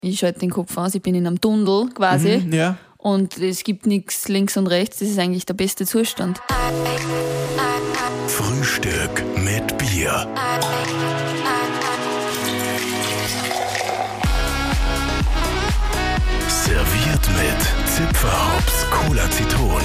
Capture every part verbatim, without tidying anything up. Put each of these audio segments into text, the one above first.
ich schalte den Kopf aus, ich bin in einem Tunnel quasi. Mhm, ja. Und es gibt nichts links und rechts, das ist eigentlich der beste Zustand. Frühstück mit Bier. Serviert mit Zipferhops Cola Zitronen.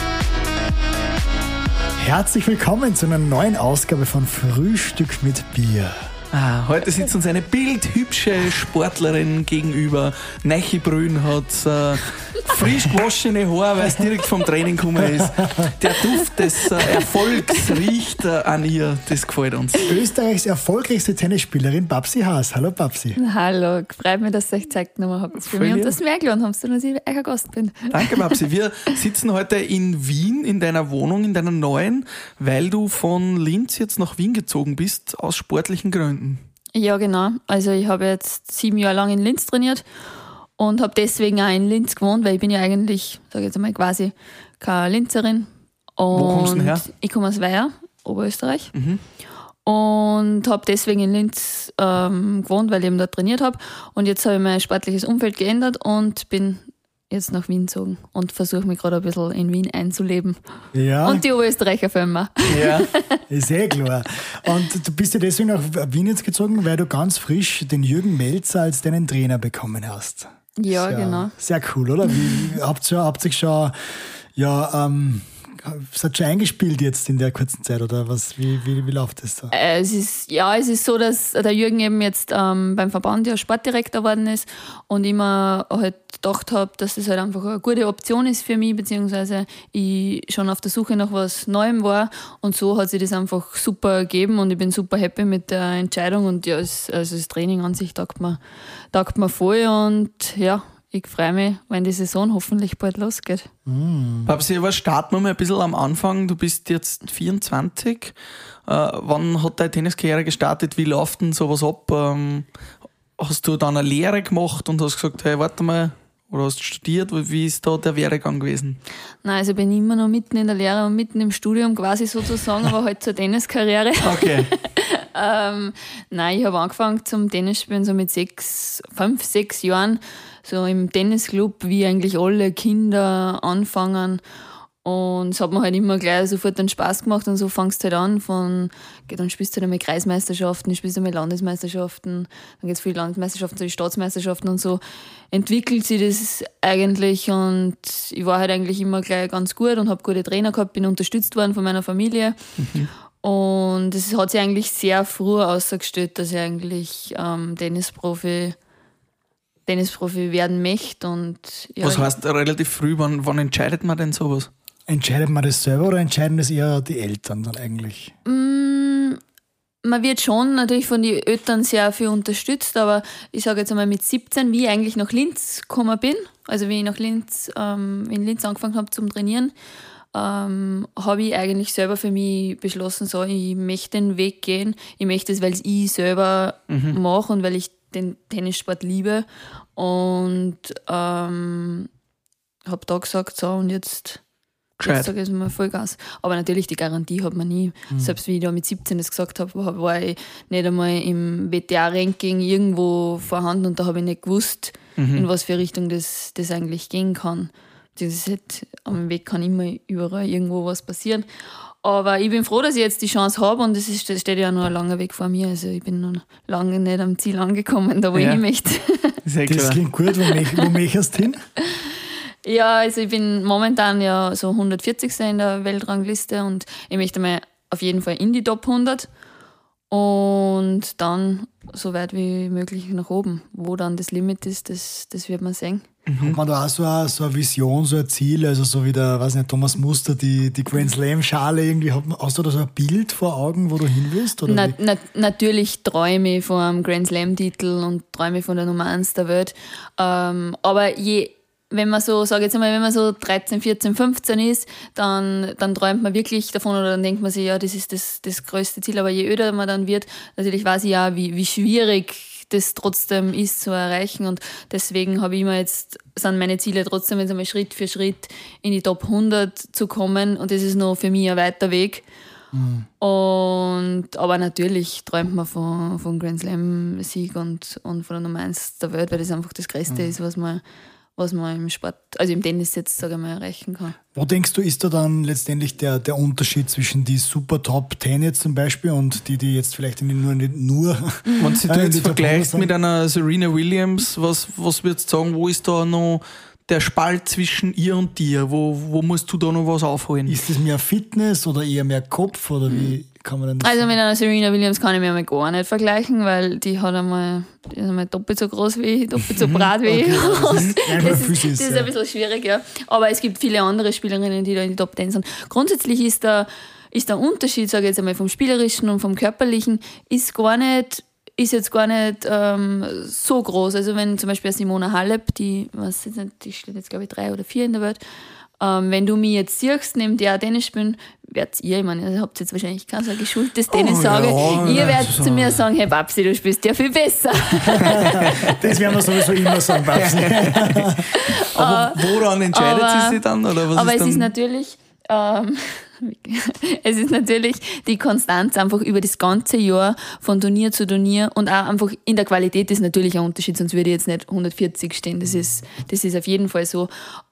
Herzlich willkommen zu einer neuen Ausgabe von Frühstück mit Bier. Ah, heute sitzt uns eine bildhübsche Sportlerin gegenüber. Neiche Brühen hat äh, frisch gewaschene Haare, weil es direkt vom Training gekommen ist. Der Duft des äh, Erfolgs riecht äh, an ihr. Das gefällt uns. Österreichs erfolgreichste Tennisspielerin Babsi Haas. Hallo Babsi. Hallo, freut mich, dass ihr euch Zeit genommen habt für Voll mich lieb. und das mir eingeladen habt, dass ich euer Gast bin. Danke, Babsi. Wir sitzen heute in Wien, in deiner Wohnung, in deiner neuen, weil du von Linz jetzt nach Wien gezogen bist, aus sportlichen Gründen. Ja, genau. Also ich habe jetzt sieben Jahre lang in Linz trainiert und habe deswegen auch in Linz gewohnt, weil ich bin ja eigentlich, sage ich jetzt einmal, quasi keine Linzerin. Und Wo kommst du denn her? Ich komme aus Weiher, Oberösterreich. Mhm. Und habe deswegen in Linz ähm, gewohnt, weil ich eben dort trainiert habe. Und jetzt habe ich mein sportliches Umfeld geändert und bin jetzt nach Wien gezogen und versuche mich gerade ein bisschen in Wien einzuleben. Ja, Und die Oberösterreicher für immer. Ja. ist eh klar. Und du bist ja deswegen nach Wien jetzt gezogen, weil du ganz frisch den Jürgen Melzer als deinen Trainer bekommen hast. Ja, Sehr, genau. Sehr cool, oder? Wie, habt ihr habt ihr schon, ja, ähm, seid schon eingespielt jetzt in der kurzen Zeit, oder was? Wie, wie, wie läuft das so? Äh, Es ist, ja, es ist so, dass der Jürgen eben jetzt ähm, beim Verband ja Sportdirektor geworden ist und ich mir halt gedacht habe, dass das halt einfach eine gute Option ist für mich, beziehungsweise ich schon auf der Suche nach was Neuem war und so hat sich das einfach super gegeben und ich bin super happy mit der Entscheidung und ja, es, also das Training an sich taugt mir, taugt mir voll und ja, ich freue mich, wenn die Saison hoffentlich bald losgeht. Babsi, aber starten wir mal ein bisschen am Anfang. Du bist jetzt vierundzwanzig. Äh, wann hat deine Tenniskarriere gestartet? Wie läuft denn sowas ab? Ähm, hast du dann eine Lehre gemacht und hast gesagt, hey, warte mal, oder hast du studiert? Wie ist da der Werdegang gewesen? Nein, also ich bin immer noch mitten in der Lehre und mitten im Studium quasi sozusagen, aber halt zur Tenniskarriere. Okay. ähm, nein, ich habe angefangen zum Tennisspielen so mit sechs, fünf, sechs Jahren, so im Tennisclub, wie eigentlich alle Kinder anfangen. Und es hat mir halt immer gleich sofort dann Spaß gemacht und so fangst du halt an von, okay, dann spielst du halt einmal Kreismeisterschaften, dann spielst du einmal Landesmeisterschaften, dann geht es für die Landesmeisterschaften zu den Staatsmeisterschaften und so entwickelt sich das eigentlich und ich war halt eigentlich immer gleich ganz gut und habe gute Trainer gehabt, bin unterstützt worden von meiner Familie. Mhm. Und es hat sich eigentlich sehr früh ausgestellt, dass ich eigentlich ähm, Tennisprofi Tennisprofi werden möchte. Und, ja, Was heißt relativ früh? Wann, wann entscheidet man denn sowas? Entscheidet man das selber oder entscheiden das eher die Eltern dann eigentlich? Mm, man wird schon natürlich von den Eltern sehr viel unterstützt, aber ich sage jetzt einmal mit siebzehn, wie ich eigentlich nach Linz gekommen bin, also wie ich nach Linz, ähm, in Linz angefangen habe zum Trainieren, ähm, habe ich eigentlich selber für mich beschlossen, so, ich möchte den Weg gehen, ich möchte es, weil es ich selber mhm. mache und weil ich den Tennissport liebe und ähm, habe da gesagt, so und jetzt Jetzt sage ich mal Vollgas. Aber natürlich, die Garantie hat man nie. Mhm. Selbst wie ich da mit siebzehn das gesagt habe, war ich nicht einmal im W T A-Ranking irgendwo vorhanden und da habe ich nicht gewusst, mhm. in was für Richtung das, das eigentlich gehen kann. Das ist halt, am Weg kann immer überall irgendwo was passieren. Aber ich bin froh, dass ich jetzt die Chance habe und es ist, das steht ja noch ein langer Weg vor mir. Also ich bin noch lange nicht am Ziel angekommen, da wo ja. ich möchte. Sehr das klar. Klingt gut. Wo, möch, wo möchtest du hin? Ja, also ich bin momentan ja so hundertvierzigste in der Weltrangliste und ich möchte mal auf jeden Fall in die Top hundert und dann so weit wie möglich nach oben. Wo dann das Limit ist, das, das wird man sehen. Mhm. Hat man da auch so eine, so eine Vision, so ein Ziel, also so wie der, weiß nicht, Thomas Muster, die, die Grand Slam-Schale irgendwie, hat man, hast du da so ein Bild vor Augen, wo du hin willst? Oder na, na, natürlich träume ich von einem Grand Slam-Titel und träume von der Nummer eins der Welt. Ähm, aber je wenn man so, sag jetzt einmal, wenn man so dreizehn, vierzehn, fünfzehn ist, dann, dann träumt man wirklich davon oder dann denkt man sich, ja, das ist das, das größte Ziel. Aber je öder man dann wird, natürlich weiß ich ja, wie, wie schwierig das trotzdem ist zu erreichen und deswegen habe ich mir jetzt, sind meine Ziele trotzdem jetzt einmal Schritt für Schritt in die Top hundert zu kommen und das ist noch für mich ein weiter Weg. Mhm. Und, aber natürlich träumt man von, von Grand Slam-Sieg und, und von der Nummer eins der Welt, weil das einfach das Größte mhm. ist, was man, was man im Sport, also im Tennis jetzt, sage ich mal, erreichen kann. Wo denkst du, ist da dann letztendlich der, der Unterschied zwischen die super Top zehn jetzt zum Beispiel und die, die jetzt vielleicht nur nicht nur... Wenn du äh, jetzt vergleichst mit einer Serena Williams, was, was würdest du sagen, wo ist da noch der Spalt zwischen ihr und dir? Wo, wo musst du da noch was aufholen? Ist es mehr Fitness oder eher mehr Kopf oder wie kann man denn das Also sagen? mit einer Serena Williams kann ich mich einmal gar nicht vergleichen, weil die hat einmal, die ist einmal doppelt so groß wie ich, doppelt so breit wie ich. Okay, das, ist, das ist ein bisschen schwierig, ja. Aber es gibt viele andere Spielerinnen, die da in die Top Ten sind. Grundsätzlich ist der, ist der Unterschied, sage ich jetzt einmal, vom Spielerischen und vom Körperlichen, ist gar nicht ist jetzt gar nicht ähm, so groß. Also wenn zum Beispiel Simona Halep, die, was jetzt nicht, die steht jetzt glaube ich drei oder vier in der Welt, ähm, wenn du mich jetzt siehst, neben der Tennis spielen, werdet ihr, ich meine, ihr habt jetzt wahrscheinlich kein so geschultes Tennis, oh, sage ja, ihr ja, werdet so. zu mir sagen, hey Babsi, du spielst ja viel besser. Das werden wir sowieso immer sagen, Babsi. Aber woran entscheidet aber, sie sich dann? Oder was aber ist es dann? ist natürlich... Ähm, es ist natürlich die Konstanz einfach über das ganze Jahr von Turnier zu Turnier und auch einfach in der Qualität ist natürlich ein Unterschied, sonst würde ich jetzt nicht hundertvierzig stehen, das ist, das ist auf jeden Fall so,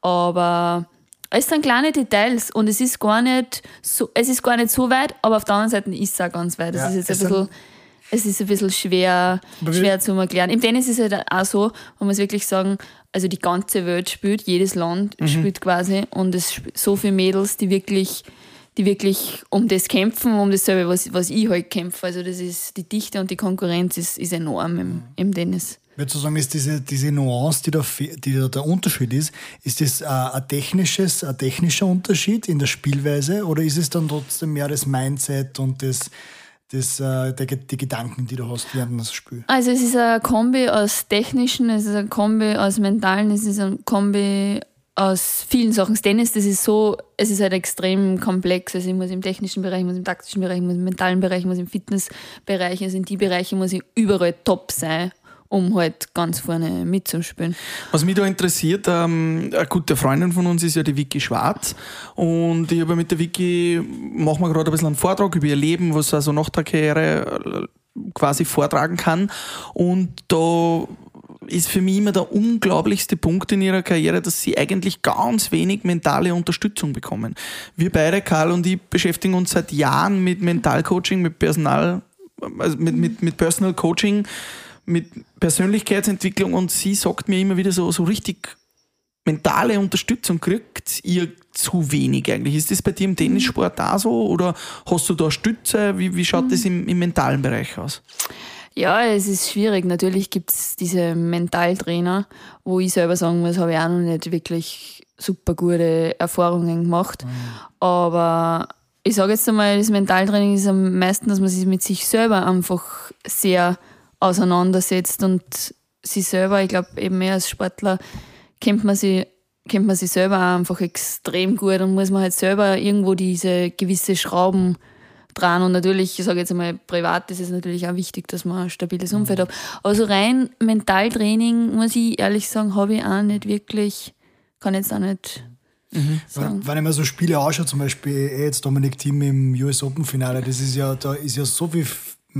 aber es sind kleine Details und es ist gar nicht so, es ist gar nicht so weit, aber auf der anderen Seite ist es auch ganz weit, das Ja, ist jetzt ein es bisschen, es ist ein bisschen schwer, schwer zu erklären. Im Tennis ist es halt auch so, man muss wirklich sagen, also die ganze Welt spielt, jedes Land mhm. spielt quasi und es sp- so viele Mädels, die wirklich die wirklich um das kämpfen, um dasselbe, was, was ich halt kämpfe. Also das ist, die Dichte und die Konkurrenz ist, ist enorm im, im Tennis. Ich würde so sagen, ist diese, diese Nuance, die da, die da der Unterschied ist, ist das ein, technisches, ein technischer Unterschied in der Spielweise oder ist es dann trotzdem mehr das Mindset und das, das, äh, die, die Gedanken, die du hast während des Spiels? Also es ist ein Kombi aus technischen, es ist ein Kombi aus mentalen, es ist ein Kombi aus vielen Sachen. Das Tennis, das ist so, es ist halt extrem komplex. Also ich muss im technischen Bereich, ich muss im taktischen Bereich, ich muss im mentalen Bereich, ich muss im Fitnessbereich, also in die Bereiche muss ich überall top sein, um halt ganz vorne mitzuspielen. Was mich da interessiert, ähm, eine gute Freundin von uns ist ja die Vicky Schwarz und ich habe mit der Vicky, machen wir gerade ein bisschen einen Vortrag über ihr Leben, was sie also nach der Karriere quasi vortragen kann und da ist für mich immer der unglaublichste Punkt in ihrer Karriere, dass sie eigentlich ganz wenig mentale Unterstützung bekommen. Wir beide, Karl und ich, beschäftigen uns seit Jahren mit Mentalcoaching, mit Personal, also mit, mit, mit Personal Coaching, mit Persönlichkeitsentwicklung und sie sagt mir immer wieder so, so richtig mentale Unterstützung kriegt ihr zu wenig eigentlich. Ist das bei dir im Tennissport auch so oder hast du da Stütze? Wie, wie schaut das im, im mentalen Bereich aus? Ja, es ist schwierig. Natürlich gibt es diese Mentaltrainer, wo ich selber sagen muss, habe ich auch noch nicht wirklich super gute Erfahrungen gemacht. Mhm. Aber ich sage jetzt einmal, das Mentaltraining ist am meisten, dass man sich mit sich selber einfach sehr auseinandersetzt und sich selber, ich glaube eben mehr als Sportler, kennt man sich, kennt man sich selber auch einfach extrem gut und muss man halt selber irgendwo diese gewisse Schrauben dran. Und natürlich, ich sage jetzt einmal, privat ist es natürlich auch wichtig, dass man ein stabiles Umfeld hat. Aber so rein Mentaltraining, muss ich ehrlich sagen, habe ich auch nicht wirklich, kann jetzt auch nicht mhm. sagen. Wenn ich mir so Spiele anschaue, zum Beispiel jetzt Dominic Thiem im U S Open Finale, das ist ja, da ist ja so viel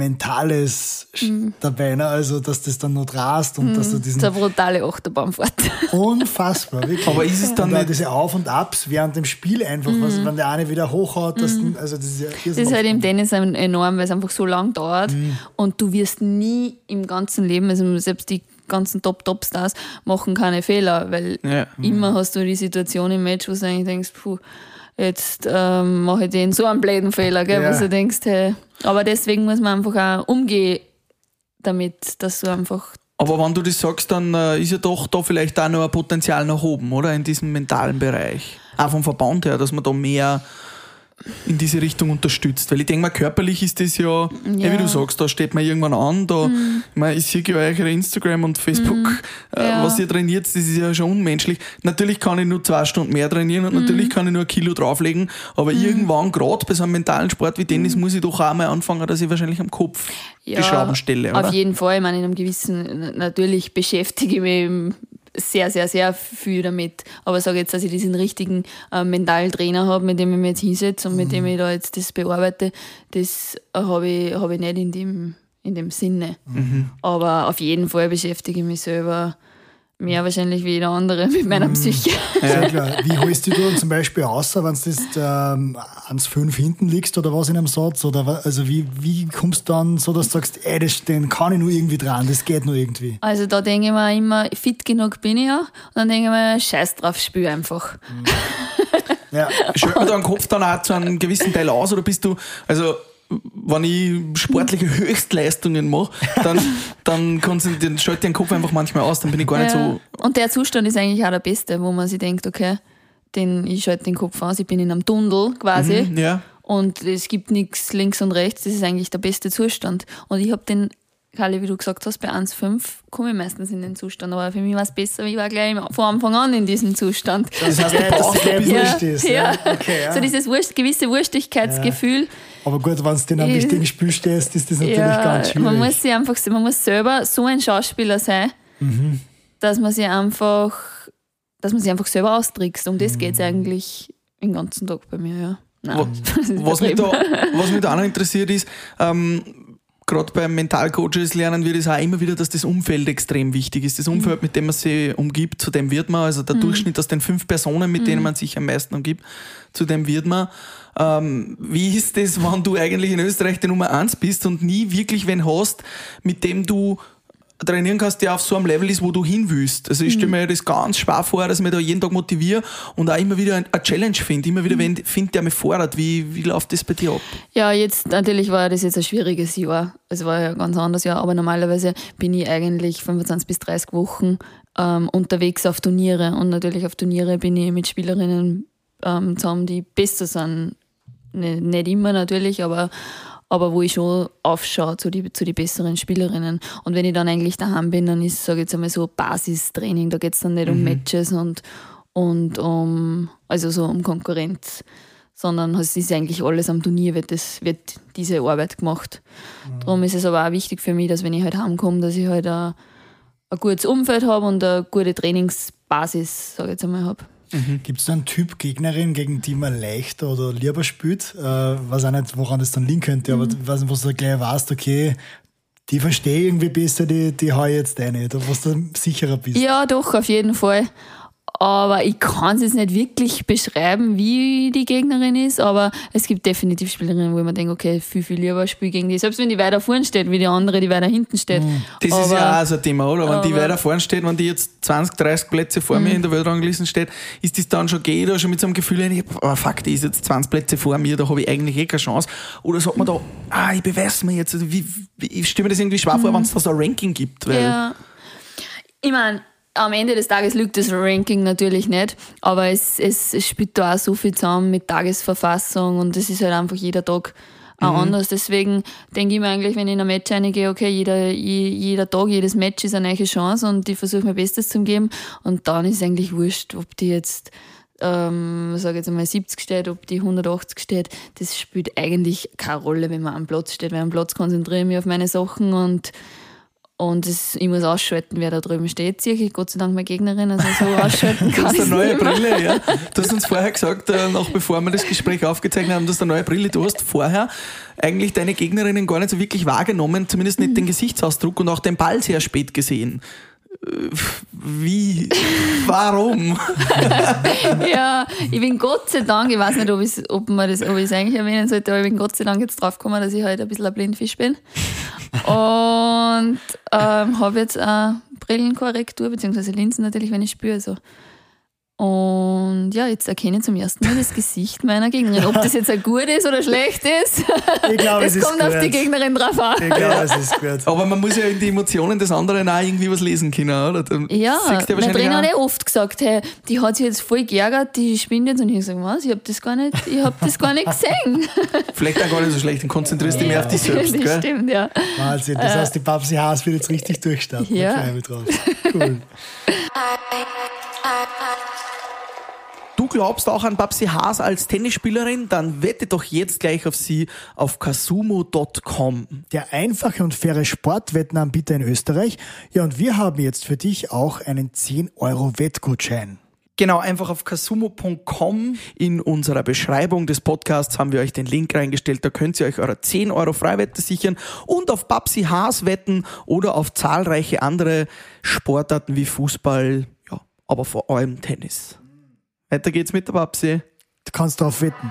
Mentales mhm. dabei, ne? Also dass das dann noch rast und mhm. dass du diesen... Das ist eine brutale Achterbahnfahrt. Unfassbar, wirklich. Aber ist es dann und nicht... diese Auf- und Abs während dem Spiel einfach, mhm. was, wenn der eine wieder hochhaut, das, mhm. also das ist ja... Das ist halt im Tennis enorm, weil es einfach so lang dauert mhm. und du wirst nie im ganzen Leben, also selbst die ganzen Top-Top-Stars machen keine Fehler, weil ja. immer hast du die Situation im Match, wo du eigentlich denkst, puh, jetzt ähm, mache ich den so einen blöden Fehler, gell, ja. wo du denkst, hey. Aber deswegen muss man einfach auch umgehen damit, dass du einfach... Aber wenn du das sagst, dann äh, ist ja doch da vielleicht auch noch ein Potenzial nach oben, oder? In diesem mentalen Bereich. Auch vom Verband her, dass man da mehr in diese Richtung unterstützt. Weil ich denke mal, körperlich ist das ja, ja. wie du sagst, da steht man irgendwann an, da, mhm. ich, meine, ich sehe ja eure Instagram und Facebook, mhm. äh, ja. was ihr trainiert, das ist ja schon unmenschlich. Natürlich kann ich nur zwei Stunden mehr trainieren und mhm. natürlich kann ich nur ein Kilo drauflegen, aber mhm. irgendwann, gerade bei so einem mentalen Sport wie Tennis, mhm. muss ich doch auch mal anfangen, dass ich wahrscheinlich am Kopf ja, die Schrauben stelle, oder? Auf jeden Fall, ich meine, in einem gewissen, natürlich beschäftige ich mich sehr, sehr, sehr viel damit. Aber ich sage jetzt, dass ich diesen richtigen äh, mentalen Trainer habe, mit dem ich mich jetzt hinsetze und mit dem ich da jetzt das bearbeite, das äh, habe ich, hab ich nicht in dem, in dem Sinne. Mhm. Aber auf jeden Fall beschäftige ich mich selber mehr wahrscheinlich wie jeder andere mit meiner Psyche. Sehr klar. Wie holst du dann zum Beispiel aus, wenn du jetzt ähm, eins fünf hinten liegst oder was in einem Satz? Oder also wie, wie kommst du dann so, dass du sagst, ey, das, den kann ich nur irgendwie dran, das geht nur irgendwie? Also da denke ich mir immer, fit genug bin ich ja. Und dann denke ich mir, scheiß drauf, spiel einfach. Mhm. Ja. Schaut man da den Kopf dann auch zu einem gewissen Teil aus oder bist du, also wenn ich sportliche Höchstleistungen mache, dann, dann, dann schalte ich den Kopf einfach manchmal aus, dann bin ich gar nicht ja. so... Und der Zustand ist eigentlich auch der beste, wo man sich denkt, okay, den, ich schalte den Kopf aus, ich bin in einem Tunnel quasi Mhm, ja. und es gibt nichts links und rechts, das ist eigentlich der beste Zustand. Und ich habe den, Karli, wie du gesagt hast, bei eins fünf komme ich meistens in den Zustand, aber für mich war es besser, ich war gleich von Anfang an in diesem Zustand. Das heißt, der Bauch ein bisschen wurscht ist. Ja, Ja. Okay, ja. So dieses Wurst, gewisse Wurstigkeitsgefühl. Ja. Aber gut, wenn du in einem richtigen Spiel stehst, ist das natürlich ja, ganz schwierig. Man muss sich einfach, man muss selber so ein Schauspieler sein, Mhm. dass man sich einfach, dass man sich einfach selber austrickst. Um das Mhm. geht es eigentlich den ganzen Tag bei mir, ja. Nein, Wa- das ist Was mich, da, übertrieben. was mich da auch noch interessiert ist, ähm, gerade beim Mentalcoaches lernen wir das auch immer wieder, dass das Umfeld extrem wichtig ist. Das Umfeld, mit dem man sich umgibt, zu dem wird man, also der Durchschnitt aus den fünf Personen, mit denen man sich am meisten umgibt, zu dem wird man. Ähm, wie ist das, wenn du eigentlich in Österreich die Nummer eins bist und nie wirklich wen hast, mit dem du trainieren kannst, der auf so einem Level ist, wo du hin willst. Also ich stelle mir das ganz schwer vor, dass ich mich da jeden Tag motiviere und auch immer wieder eine Challenge finde, immer wieder wen finde, der mich fordert. Wie, wie läuft das bei dir ab? Ja, jetzt natürlich war das jetzt ein schwieriges Jahr. Es war ja ein ganz anderes Jahr, aber normalerweise bin ich eigentlich fünfundzwanzig bis dreißig Wochen ähm, unterwegs auf Turniere und natürlich auf Turniere bin ich mit Spielerinnen ähm, zusammen, die besser sind. Nicht, nicht immer natürlich, aber aber wo ich schon aufschaue zu die, zu die besseren Spielerinnen. Und wenn ich dann eigentlich daheim bin, dann ist, sage ich jetzt einmal so, Basistraining, da geht es dann nicht um Matches und, und um, also so um Konkurrenz, sondern es ist eigentlich alles am Turnier, wird, das, wird diese Arbeit gemacht. Mhm. Darum ist es aber auch wichtig für mich, dass wenn ich halt heimkomme, dass ich halt ein, ein gutes Umfeld habe und eine gute Trainingsbasis, sage ich jetzt einmal, habe. Mhm. Gibt es da einen Typ Gegnerin, gegen die man leichter oder lieber spielt? Äh, weiß auch nicht, woran das dann liegen könnte, aber ich weiß nicht, was du gleich weißt, okay, die verstehe ich irgendwie besser, die, die hau ich jetzt rein, oder was du sicherer bist. Ja, doch, auf jeden Fall. Aber ich kann es jetzt nicht wirklich beschreiben, wie die Gegnerin ist, aber es gibt definitiv Spielerinnen, wo ich mir denke, okay, viel, viel lieber spiele gegen die, selbst wenn die weiter vorne steht, wie die andere, die weiter hinten steht. Das aber, ist ja auch so ein Thema, oder? Wenn die aber- weiter vorne steht, wenn die jetzt zwanzig, dreißig Plätze vor mir in der Weltrangliste steht, ist das dann schon, gehe ich da schon mit so einem Gefühl rein, oh fuck, die ist jetzt zwanzig Plätze vor mir, da habe ich eigentlich eh keine Chance. Oder sagt man da, ah, ich beweise mir jetzt, also wie, wie, ich stelle mir das irgendwie schwer vor, wenn es da so ein Ranking gibt. Weil Ja. Ich meine, am Ende des Tages lügt das Ranking natürlich nicht, aber es, es, es spielt da auch so viel zusammen mit Tagesverfassung und es ist halt einfach jeder Tag auch anders. Deswegen denke ich mir eigentlich, wenn ich in ein Match reingehe, okay, jeder, je, jeder Tag, jedes Match ist eine neue Chance und ich versuche mein Bestes zu geben und dann ist eigentlich wurscht, ob die jetzt ähm, sage jetzt einmal siebzig steht, ob die hundertachtzig steht, das spielt eigentlich keine Rolle, wenn man am Platz steht, weil am Platz konzentriere ich mich auf meine Sachen und Und das, ich muss ausschalten, wer da drüben steht. Sehe ich Gott sei Dank meine Gegnerin, also so ausschalten Du kann hast ich eine neue nicht mehr. Brille, ja. Du hast uns vorher gesagt, äh, noch bevor wir das Gespräch aufgezeichnet haben, du hast eine neue Brille. Du hast vorher eigentlich deine Gegnerinnen gar nicht so wirklich wahrgenommen, zumindest nicht den Gesichtsausdruck und auch den Ball sehr spät gesehen. Äh, Wie? Warum? Ja, ich bin Gott sei Dank, ich weiß nicht, ob, ich's, ob man das, ob ich es eigentlich erwähnen sollte, aber ich bin Gott sei Dank jetzt drauf gekommen, dass ich halt ein bisschen ein Blindfisch bin. Und ähm, habe jetzt eine Brillenkorrektur, beziehungsweise Linsen natürlich, wenn ich spüre. So. Und ja, jetzt erkenne ich zum ersten Mal das Gesicht meiner Gegnerin. Ob das jetzt ein gut ist oder schlecht ist, Ich glaube, das es ist kommt auf die gut. Gegnerin drauf an. Ich glaube, es ist gut. Aber man muss ja in die Emotionen des anderen auch irgendwie was lesen können, oder? Dann Ja, siehst du mein wahrscheinlich Trainer hat auch- eh oft gesagt, hey, die hat sich jetzt voll geärgert, die spinnt jetzt. Und ich sage, was, ich habe das gar nicht, ich hab das gar nicht gesehen. Vielleicht auch gar nicht so schlecht, dann konzentrierst du dich mehr auf dich selbst, das gell? stimmt, ja. Wahnsinn. Das heißt, die Babsi Haas wird jetzt richtig durchstarten. Ja. Da freu ich mich drauf. Cool. Du du glaubst auch an Babsi Haas als Tennisspielerin, dann wette doch jetzt gleich auf sie auf casumo Punkt com. Der einfache und faire Sportwettenanbieter in Österreich. Ja, und wir haben jetzt für dich auch einen zehn Euro Wettgutschein. Genau, einfach auf casumo Punkt com. In unserer Beschreibung des Podcasts haben wir euch den Link reingestellt. Da könnt ihr euch eure zehn Euro Freiwette sichern und auf Babsi Haas wetten oder auf zahlreiche andere Sportarten wie Fußball, ja, aber vor allem Tennis. Weiter geht's mit der Babsi. Du kannst drauf wetten.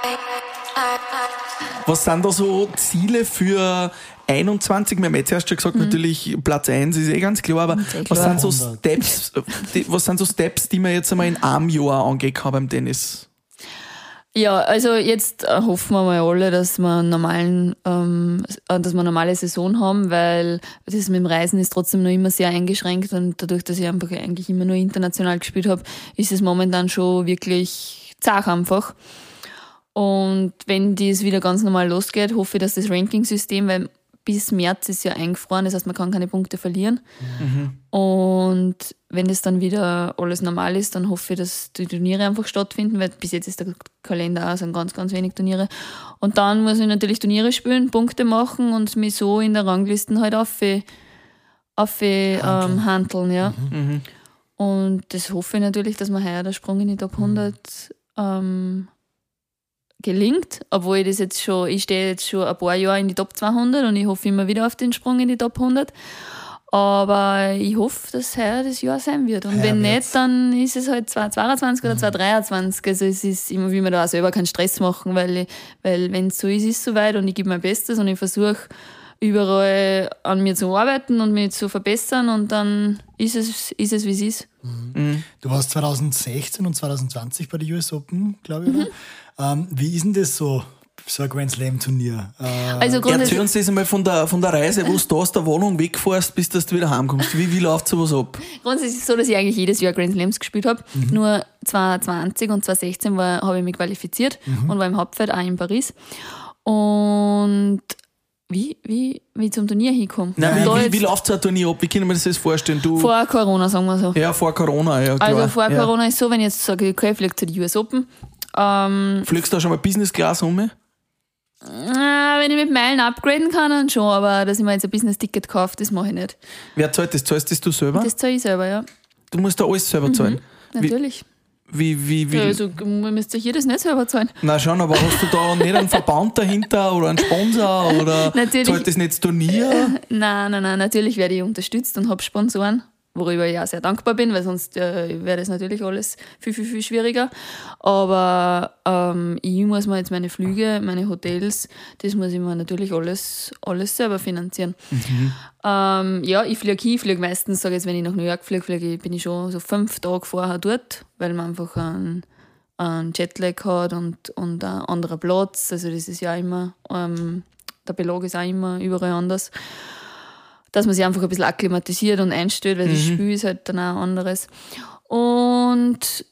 Was sind da so Ziele für einundzwanzig? Wir haben jetzt erst schon gesagt, mhm. natürlich Platz eins ist eh ganz klar, aber eh was klar. sind so Steps, die, was sind so Steps, die man jetzt einmal in einem Jahr angehen kann beim Tennis? Ja, also jetzt äh, hoffen wir mal alle, dass wir einen normalen, ähm, dass wir eine normale Saison haben, weil das mit dem Reisen ist trotzdem noch immer sehr eingeschränkt und dadurch, dass ich einfach eigentlich immer nur international gespielt habe, ist es momentan schon wirklich zart einfach. Und wenn das wieder ganz normal losgeht, hoffe ich, dass das Ranking-System, weil bis März ist ja eingefroren, das heißt, man kann keine Punkte verlieren. Mhm. Und wenn das dann wieder alles normal ist, dann hoffe ich, dass die Turniere einfach stattfinden, weil bis jetzt ist der Kalender auch so ganz, ganz wenig Turniere. Und dann muss ich natürlich Turniere spielen, Punkte machen und mich so in der Rangliste halt auf, auf ähm, handeln. Ja. Mhm. Und das hoffe ich natürlich, dass man heuer der Sprung in die Top hundert ähm, gelingt, obwohl ich das jetzt schon, ich stehe jetzt schon ein paar Jahre in die Top zweihundert und ich hoffe immer wieder auf den Sprung in die Top hundert. Aber ich hoffe, dass heuer das Jahr sein wird. Und heuer wenn wird's. Nicht, dann ist es halt zweitausendzweiundzwanzig oder zweitausenddreiundzwanzig. Also es ist immer, wie man da auch selber keinen Stress machen, weil, weil wenn es so ist, ist es soweit und ich gebe mein Bestes und ich versuche überall an mir zu arbeiten und mich zu verbessern und dann ist es, ist es wie es ist. Mhm. Du warst zweitausendsechzehn und zweitausendzwanzig bei der U S Open, glaube ich, oder? Mhm. Ähm, wie ist denn das so, so ein Grand Slam Turnier? Äh, also Erzähl uns das einmal von der, von der Reise, wo du da aus der Wohnung wegfährst, bis dass du wieder heimkommst. Wie, wie läuft sowas ab? Grundsätzlich ist es so, dass ich eigentlich jedes Jahr Grand Slams gespielt habe. Mhm. Nur zweitausendzwanzig und zweitausendsechzehn war, habe ich mich qualifiziert mhm. und war im Hauptfeld auch in Paris. Und Wie, wie, wie zum Turnier hinkommen. Nein, wie, wie, wie läuft so ein Turnier ab? Wie können wir das jetzt vorstellen? Du vor Corona, sagen wir so. Ja, vor Corona, ja klar. Also vor ja. Corona ist so, wenn ich jetzt sage, okay, ich fliege zu den U S Open. Ähm, Fliegst du da schon mal Business Class um? Äh, wenn ich mit Meilen upgraden kann, dann schon, aber dass ich mir jetzt ein Business-Ticket kaufe, das mache ich nicht. Wer zahlt das? Zahlst das du selber? Das zahle ich selber, ja. Du musst da alles selber zahlen? Mhm, natürlich. Wie, wie, wie? Ja, also müsst ihr hier das nicht selber zahlen. Na schon, aber hast du da nicht einen Verband dahinter oder einen Sponsor oder natürlich. Zahlt das nicht das Turnier? Äh, nein, nein, nein, natürlich werde ich unterstützt und habe Sponsoren, worüber ich auch sehr dankbar bin, weil sonst äh, wäre das natürlich alles viel, viel, viel schwieriger. Aber ähm, ich muss mir jetzt meine Flüge, meine Hotels, das muss ich mir natürlich alles, alles selber finanzieren. Mhm. Ähm, ja, ich fliege hin, ich fliege meistens, sage jetzt, wenn ich nach New York fliege, fliege ich, bin ich schon so fünf Tage vorher dort, weil man einfach einen, einen Jetlag hat und, und ein anderer Platz. Also das ist ja immer, ähm, der Belag ist auch immer überall anders. Dass man sich einfach ein bisschen akklimatisiert und einstellt, weil mhm. das Spiel ist halt dann auch anderes. Und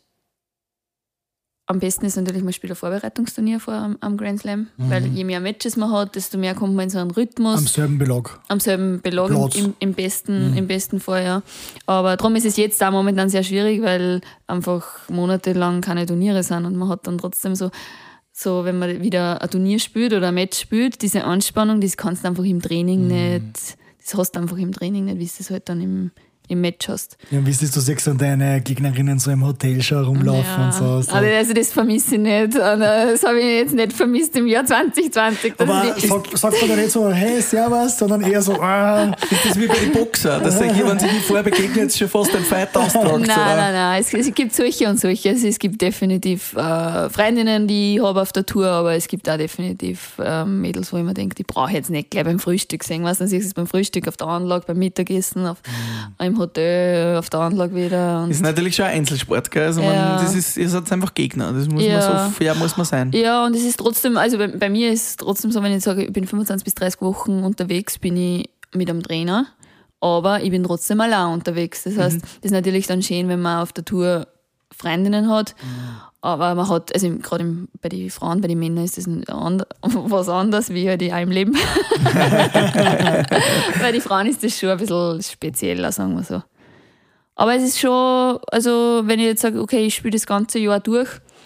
am besten ist natürlich, man spielt ein Vorbereitungsturnier vor am, am Grand Slam, mhm. weil je mehr Matches man hat, desto mehr kommt man in so einen Rhythmus. Am selben Belag. Am selben Belag im, im, besten, mhm. im besten Fall, ja. Aber darum ist es jetzt auch momentan sehr schwierig, weil einfach monatelang keine Turniere sind und man hat dann trotzdem so, so wenn man wieder ein Turnier spielt oder ein Match spielt, diese Anspannung, das kannst du einfach im Training mhm. nicht, das hast du einfach im Training nicht, wie du es halt dann im im Match hast. Ja, wie ist das, du siehst dann deine Gegnerinnen so im Hotel schon rumlaufen ja, und so. so. Also das vermisse ich nicht. Das habe ich jetzt nicht vermisst im Jahr zwanzig zwanzig. Aber sag, sagt man da nicht so, hey, servus, sondern eher so, ah. Ist das wie bei den Boxern, dass hier, wenn sie die vorher begegnen, jetzt schon fast ein Fight austragt? Nein, oder? nein, nein. Es, es gibt solche und solche. Also es gibt definitiv äh, Freundinnen, die ich habe auf der Tour, aber es gibt auch definitiv äh, Mädels, wo ich mir denke, die brauche ich jetzt nicht gleich beim Frühstück sehen. Was, dann siehst du es beim Frühstück, auf der Anlage, beim Mittagessen, auf, mhm. im Hotel, auf der Anlage wieder. Und das ist natürlich schon ein Einzelsport, gell? Also man, ja. das ist, ihr seid einfach Gegner. Das muss ja. man so fair muss man sein. Ja, und es ist trotzdem, also bei, bei mir ist es trotzdem so, wenn ich sage, ich bin fünfundzwanzig bis dreißig Wochen unterwegs, bin ich mit einem Trainer, aber ich bin trotzdem allein unterwegs. Das heißt, mhm. das ist natürlich dann schön, wenn man auf der Tour Freundinnen hat, mhm. aber man hat, also gerade bei den Frauen, bei den Männern ist das and, was anderes wie halt auch im Leben. Bei den Frauen ist das schon ein bisschen spezieller, sagen wir so. Aber es ist schon, also wenn ich jetzt sage, okay, ich spiele das ganze Jahr durch,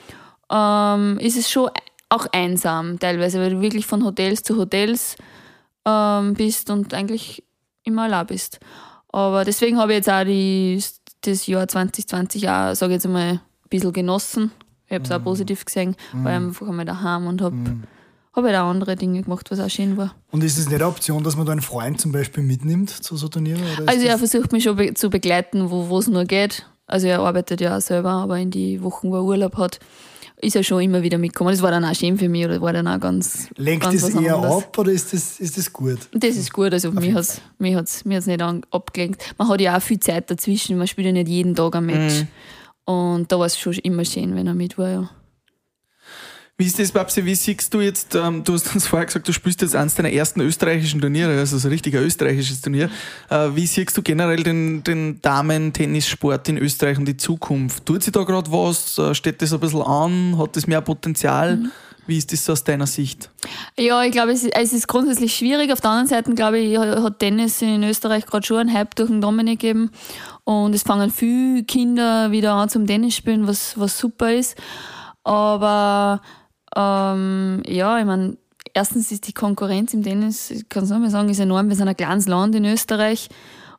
ähm, ist es schon auch einsam teilweise, weil du wirklich von Hotels zu Hotels ähm, bist und eigentlich immer allein bist. Aber deswegen habe ich jetzt auch die, das Jahr zwanzig zwanzig auch, sage ich jetzt einmal, ein bisschen genossen. Ich habe es auch positiv gesehen, mm. weil ich einfach einmal daheim und habe mm. hab halt auch andere Dinge gemacht, was auch schön war. Und ist es nicht eine Option, dass man da einen Freund zum Beispiel mitnimmt zu so Turnieren? Oder also er versucht mich schon be- zu begleiten, wo es nur geht. Also er arbeitet ja auch selber, aber in die Wochen, wo er Urlaub hat, ist er schon immer wieder mitgekommen. Das war dann auch schön für mich oder war dann auch ganz Lenkt ganz das eher anderes. ab oder ist das, ist das gut? Das ist gut, also mich hat es mich hat's, mich hat's nicht an, abgelenkt. Man hat ja auch viel Zeit dazwischen, man spielt ja nicht jeden Tag ein Match. Mhm. Und da war es schon immer schön, wenn er mit war, ja. Wie ist das, Babsi? Wie siehst du jetzt, ähm, du hast uns vorher gesagt, du spielst jetzt eines deiner ersten österreichischen Turniere, also so ein richtiger österreichisches Turnier. Äh, wie siehst du generell den, den Damen-Tennissport in Österreich und die Zukunft? Tut sich da gerade was? Steht das ein bisschen an? Hat das mehr Potenzial? Mhm. Wie ist das so aus deiner Sicht? Ja, ich glaube, es ist, es ist grundsätzlich schwierig. Auf der anderen Seite, glaube ich, hat Tennis in Österreich gerade schon einen Hype durch den Dominik gegeben. Und es fangen viele Kinder wieder an zum Tennis spielen, was, was super ist. Aber ähm, ja, ich meine, erstens ist die Konkurrenz im Tennis, ich kann es nochmal sagen, ist enorm. Wir sind ein kleines Land in Österreich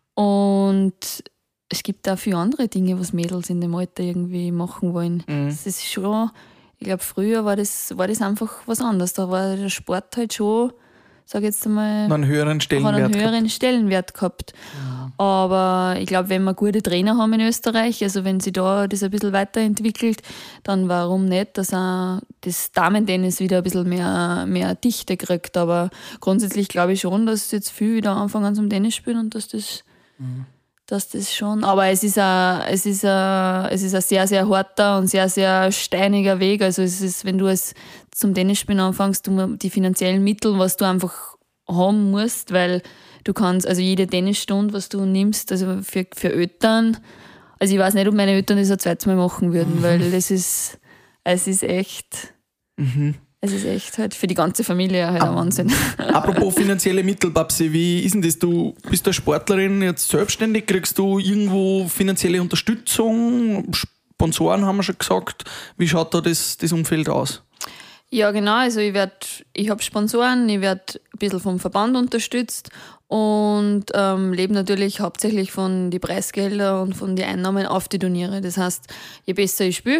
und es gibt auch viele andere Dinge, was Mädels in dem Alter irgendwie machen wollen. Mhm. Das ist schon, ich glaube, früher war das, war das einfach was anderes. Da war der Sport halt schon, sag ich jetzt einmal, einen höheren Stellenwert, hat einen höheren gehabt. Stellenwert gehabt. Ja. Aber ich glaube, wenn wir gute Trainer haben in Österreich, also wenn sie da das ein bisschen weiterentwickelt, dann warum nicht, dass auch das Damen-Tennis wieder ein bisschen mehr, mehr Dichte kriegt. Aber grundsätzlich glaube ich schon, dass jetzt viele wieder anfangen zum Tennis spielen und dass das, mhm. dass das schon, aber es ist ein, es ist ein, es ist ein sehr, sehr harter und sehr, sehr steiniger Weg. Also es ist, wenn du es zum Tennisspielen anfängst, du die finanziellen Mittel, was du einfach haben musst, weil du kannst, also jede Tennisstunde, was du nimmst, also für, für Eltern, also ich weiß nicht, ob meine Eltern das ein zweites Mal machen würden, mhm. weil das ist, es ist echt, mhm. es ist echt halt für die ganze Familie halt ein Wahnsinn. Apropos finanzielle Mittel, Babsi, wie ist denn das? Du bist eine Sportlerin, jetzt selbstständig, kriegst du irgendwo finanzielle Unterstützung? Sponsoren haben wir schon gesagt. Wie schaut da das, das Umfeld aus? Ja, genau. Also ich werde, ich habe Sponsoren, ich werde ein bisschen vom Verband unterstützt und ähm, lebe natürlich hauptsächlich von den Preisgeldern und von den Einnahmen auf die Turniere. Das heißt, je besser ich spiele,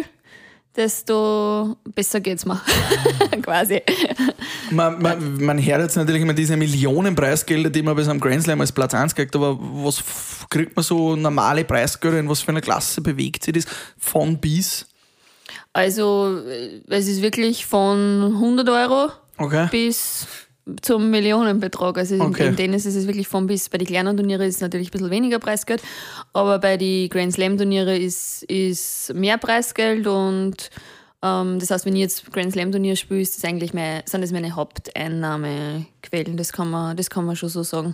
desto besser geht's mir. Quasi. Man, man, man hört jetzt natürlich immer diese Millionen Preisgelder, die man bei so einem Grand Slam als Platz eins kriegt, aber was f- kriegt man so normale Preisgelder, in was für einer Klasse bewegt sich das von bis? Also es ist wirklich von hundert Euro okay. bis zum Millionenbetrag. Also okay. im Tennis ist es wirklich von bis. Bei den kleinen Turnieren ist es natürlich ein bisschen weniger Preisgeld, aber bei den Grand Slam Turniere ist, ist mehr Preisgeld und ähm, das heißt, wenn ich jetzt Grand Slam Turnier spiele, ist das eigentlich meine, sind das meine Haupteinnahmequellen. Das kann man, das kann man schon so sagen.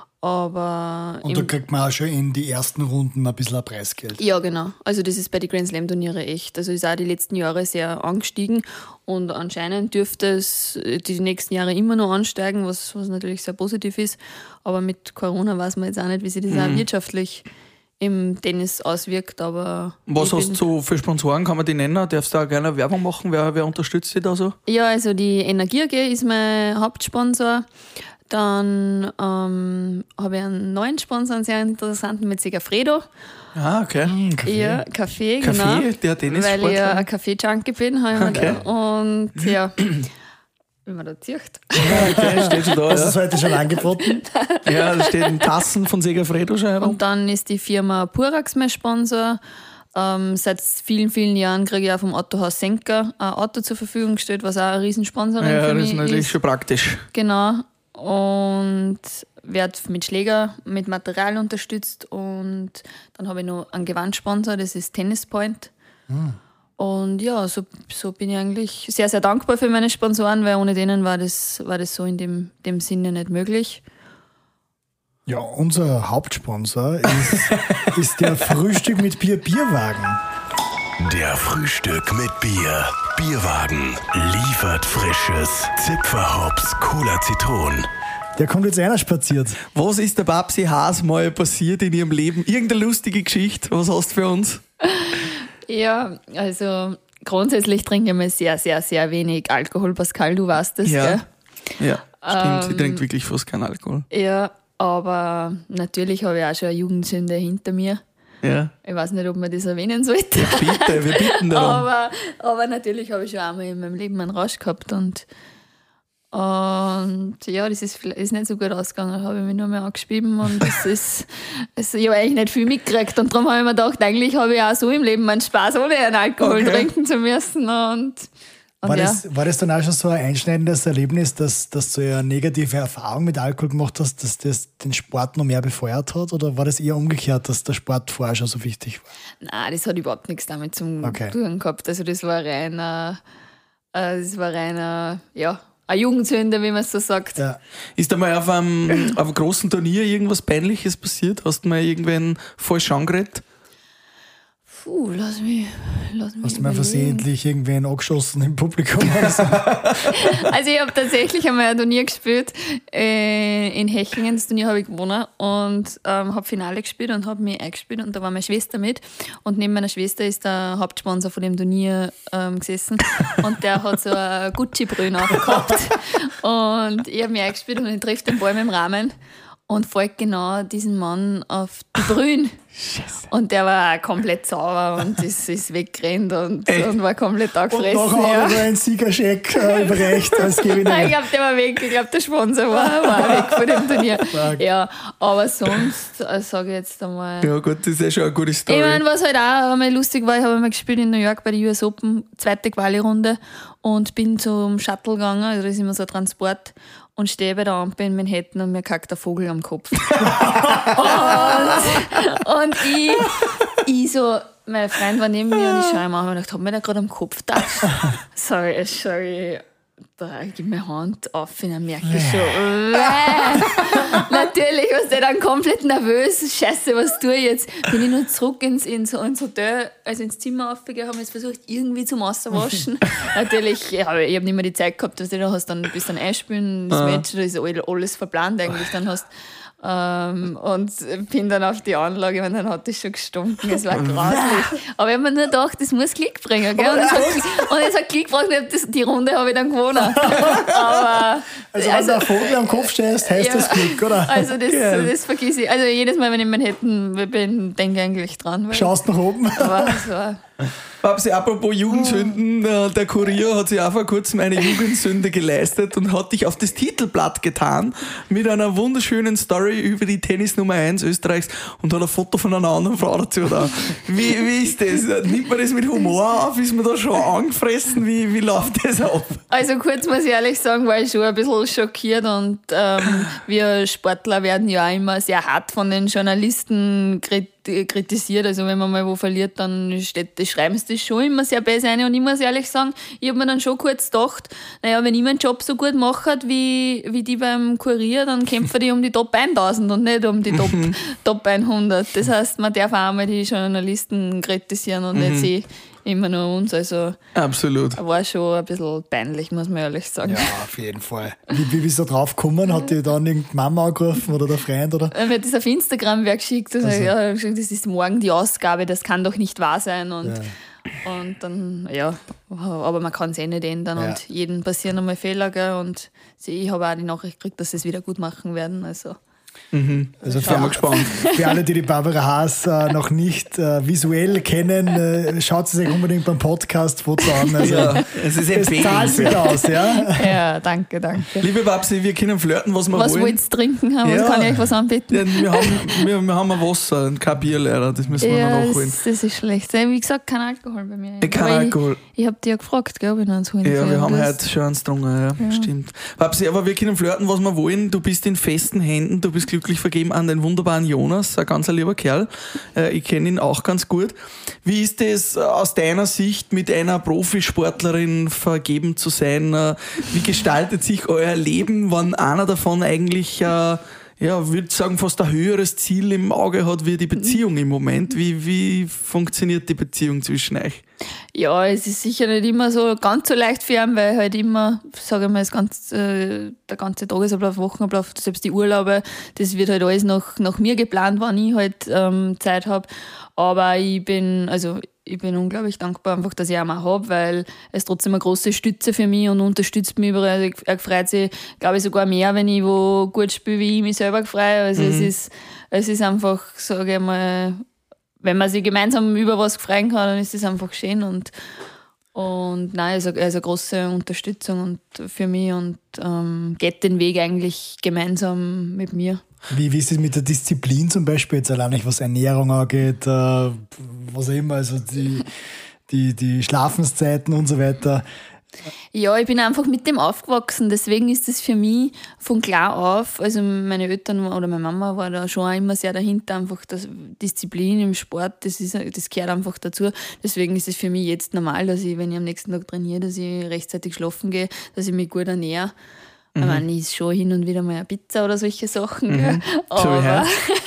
Aber und da kriegt man auch schon in die ersten Runden ein bisschen ein Preisgeld. Ja, genau. Also das ist bei den Grand Slam Turniere echt. Also ist auch die letzten Jahre sehr angestiegen und anscheinend dürfte es die nächsten Jahre immer noch ansteigen, was, was natürlich sehr positiv ist. Aber mit Corona weiß man jetzt auch nicht, wie sich das mhm. auch wirtschaftlich im Tennis auswirkt. Aber was hast du so für Sponsoren, kann man die nennen? Darfst du auch gerne Werbung machen? Wer, wer unterstützt dich da so? Ja, also die Energie A G ist mein Hauptsponsor. Dann ähm, habe ich einen neuen Sponsor, einen sehr interessanten mit Segafredo. Ah, okay. Mm, Kaffee. Ja, Kaffee, Kaffee, genau. Der Tennissportler. Weil ich ja ein Kaffee-Junkie bin. Okay. Und ja, wie man da zieht. Ja, okay, steht schon da. Hast du das heute schon angeboten? Ja, da stehen Tassen von Segafredo schon herum. Und dann ist die Firma Purax mein Sponsor. Ähm, seit vielen, vielen Jahren kriege ich auch vom Autohaus Senker ein Auto zur Verfügung gestellt, was auch ein Riesensponsoring ja, für mich ist. Ja, das ist natürlich ist. schon praktisch. Genau. Und werde mit Schläger, mit Material unterstützt und dann habe ich noch einen Gewandsponsor, das ist Tennis Point. Hm. Und ja, so, so bin ich eigentlich sehr, sehr dankbar für meine Sponsoren, weil ohne denen war das, war das so in dem, dem Sinne nicht möglich. Ja, unser Hauptsponsor ist, ist der Frühstück mit Bier Bierwagen. Der Frühstück mit Bier. Bierwagen liefert frisches Zipferhops Cola Zitron. Der kommt jetzt einer spaziert. Was ist der Babsi Haas mal passiert in ihrem Leben? Irgendeine lustige Geschichte, was hast du für uns? Ja, also grundsätzlich trinke ich mal sehr, sehr, sehr wenig Alkohol. Pascal, du weißt das, Ja. gell? Ja, stimmt, sie Ähm, trinkt wirklich fast keinen Alkohol. Ja, aber natürlich habe ich auch schon eine Jugendsünde hinter mir. Ja, Ich weiß nicht, ob man das erwähnen sollte. bitte, wir bitten darum. aber, aber natürlich habe ich schon einmal in meinem Leben einen Rausch gehabt und, und ja, das ist, ist nicht so gut ausgegangen. Da habe ich mich nur mehr angeschrieben und das ist, also ich habe eigentlich nicht viel mitgekriegt und darum habe ich mir gedacht, eigentlich habe ich auch so im Leben einen Spaß, ohne einen Alkohol Okay. trinken zu müssen und, und War, ja. das, war das dann auch schon so ein einschneidendes Erlebnis, dass, dass du ja eine negative Erfahrung mit Alkohol gemacht hast, dass das den Sport noch mehr befeuert hat? Oder war das eher umgekehrt, dass der Sport vorher schon so wichtig war? Nein, das hat überhaupt nichts damit zu Okay. tun gehabt. Also das war reiner, äh, das war reiner, ja, eine Jugendsünde, wie man so sagt. Ja. Ist da mal auf einem, auf einem großen Turnier irgendwas Peinliches passiert? Hast du mal irgendwen falsch angeredet? Puh, lass mich, lass mich Hast du mal überlegen. versehentlich irgendwen angeschossen im Publikum? Oder so? Also ich habe tatsächlich einmal ein Turnier gespielt äh, in Hechingen. Das Turnier habe ich gewonnen und ähm, habe Finale gespielt und habe mich eingespielt und da war meine Schwester mit und neben meiner Schwester ist der Hauptsponsor von dem Turnier ähm, gesessen und der hat so eine Gucci-Brille aufgehabt und ich habe mich eingespielt und ich treffe den Ball mit dem Rahmen und folgt genau diesen Mann auf die Brühen. Und der war auch komplett sauer und ist, ist weggerannt und, und war komplett Und angefressen. nachher ja. hat er einen Siegerscheck äh, überreicht als Nein, ich Gewinner. glaube, der war weg. Ich glaube, der Sponsor war, war weg von dem Turnier. Fuck. Ja, aber sonst, äh, sage ich jetzt einmal. Ja gut, das ist ja schon eine gute Story. Ich meine, was halt auch einmal lustig war, ich habe einmal gespielt in New York bei der U S Open, zweite Quali-Runde und bin zum Shuttle gegangen, also das ist immer so ein Transport und stehe bei der Ampel in Manhattan und mir kackt der Vogel am Kopf. und, und ich, ich so, mein Freund war neben mir und ich schaue ihm an und gedacht, hat mir der gerade am Kopf gedacht? Sorry, sorry. Da gib mir Hand auf und dann merke ich schon, äh, natürlich war der dann komplett nervös. Scheiße, was tue ich jetzt? Bin ich nur zurück ins, ins, ins Hotel, also ins Zimmer aufgegangen, haben jetzt versucht, irgendwie zum Auswaschen. Natürlich, ich habe ich hab nicht mehr die Zeit gehabt, dass du da hast, dann bist dann einspielen, das Match, da ist all- alles verplant eigentlich, dann hast ähm, und bin dann auf die Anlage und dann hat es schon gestunken, es war grauslich. Aber ich habe mir nur gedacht, das muss Klick bringen, gell? Und es hat, und es hat Klick gebracht und das, die Runde habe ich dann gewonnen. Aber, Also, wenn du einen Vogel am Kopf stehst, heißt ja. das Glück, oder? Also das, Geil. das vergiss ich. Also jedes Mal, wenn ich in Manhattan bin, denke ich eigentlich dran. Weil Schaust nach oben. aber es war, Babsi, apropos Jugendsünden, äh, der Kurier hat sich auch vor kurzem eine Jugendsünde geleistet und hat dich auf das Titelblatt getan mit einer wunderschönen Story über die Tennisnummer eins Österreichs und hat ein Foto von einer anderen Frau dazu da. Wie, wie ist das? Nimmt man das mit Humor auf? Ist man da schon angefressen? Wie, wie läuft das ab? also kurz muss ich ehrlich sagen, war ich schon ein bisschen schockiert und ähm, wir Sportler werden ja auch immer sehr hart von den Journalisten kritisiert. kritisiert. Also wenn man mal wo verliert, dann steht, das schreiben sie das schon immer sehr besser rein. Und ich muss ehrlich sagen, ich habe mir dann schon kurz gedacht, naja, wenn ich meinen Job so gut mache wie, wie die beim Kurier, dann kämpfen die um die Top tausend und nicht um die Top, Top hundert. Das heißt, man darf auch mal die Journalisten kritisieren und nicht sie immer nur uns. Also Absolut. war schon ein bisschen peinlich, muss man ehrlich sagen. Ja, auf jeden Fall. Wie, wie bist du da drauf gekommen? Hat die dann irgendeine Mama angerufen oder der Freund? Oder? Er hat das auf Instagram wer geschickt. Also, Also. ja, das ist morgen die Ausgabe, das kann doch nicht wahr sein. Und, und dann, ja, aber man kann es eh nicht ändern Ja. und jedem passieren einmal Fehler. Gell? Und ich habe auch die Nachricht gekriegt, dass sie es wieder gut machen werden. Also. Also Sind wir für, gespannt. für alle, die die Barbara Haas äh, noch nicht äh, visuell kennen, äh, schaut sie sich unbedingt beim Podcast-Foto an. Also, Ja, es ist es zahlt sich empfehlenswert. aus, ja? Ja, danke, danke. Liebe Babsi, wir können flirten, was wir Was wollen. wollt ihr trinken haben? Ja. Was kann ich euch was anbieten? Ja, wir, haben, wir, wir haben ein Wasser und kein Bier leider, das müssen wir Ja, noch das, nachholen. das ist schlecht. Wie gesagt, kein Alkohol bei mir. Kein Aber Alkohol. Ich, ich habe dich ja gefragt, gell, ob ich noch eins holen Ja, soll. wir haben Das- heute schon eins getrunken, ja, stimmt. Babsi, aber wir können flirten, was wir wollen. Du bist in festen Händen, du bist glücklich vergeben an den wunderbaren Jonas, ein ganz lieber Kerl. Äh, Ich kenne ihn auch ganz gut. Wie ist es äh, aus deiner Sicht, mit einer Profisportlerin vergeben zu sein? Äh, Wie gestaltet sich euer Leben, wenn einer davon eigentlich äh, ja, würde sagen, fast ein höheres Ziel im Auge hat wie die Beziehung im Moment. Wie, wie funktioniert die Beziehung zwischen euch? Ja, es ist sicher nicht immer so ganz so leicht für ihn, weil halt immer, sage ich mal, das ganze, äh, der ganze Tagesablauf, Wochenablauf, selbst die Urlaube, das wird halt alles nach, nach mir geplant, wann ich halt ähm, Zeit habe. Aber ich bin, also ich bin unglaublich dankbar, einfach, dass ich ihn auch habe, weil es trotzdem eine große Stütze für mich und unterstützt mich überall. Also er freut sich, glaube ich, sogar mehr, wenn ich wo gut spiele, wie ich mich selber freue. Also mhm. es ist, es ist einfach, sage ich mal, wenn man sich gemeinsam über was freuen kann, dann ist das einfach schön und, und nein, also, also eine große Unterstützung und für mich und ähm, geht den Weg eigentlich gemeinsam mit mir. Wie, wie ist es mit der Disziplin zum Beispiel, jetzt allein nicht was Ernährung angeht, äh, was auch immer, also die, die, die Schlafenszeiten und so weiter? Ja, ich bin einfach mit dem aufgewachsen, deswegen ist es für mich von klar auf, also meine Eltern oder meine Mama war da schon auch immer sehr dahinter, einfach das Disziplin im Sport, das, ist, das gehört einfach dazu, deswegen ist es für mich jetzt normal, dass ich, wenn ich am nächsten Tag trainiere, dass ich rechtzeitig schlafen gehe, dass ich mich gut ernähre. Mhm. Ich meine, ich esse schon hin und wieder mal eine Pizza oder solche Sachen, mhm. aber,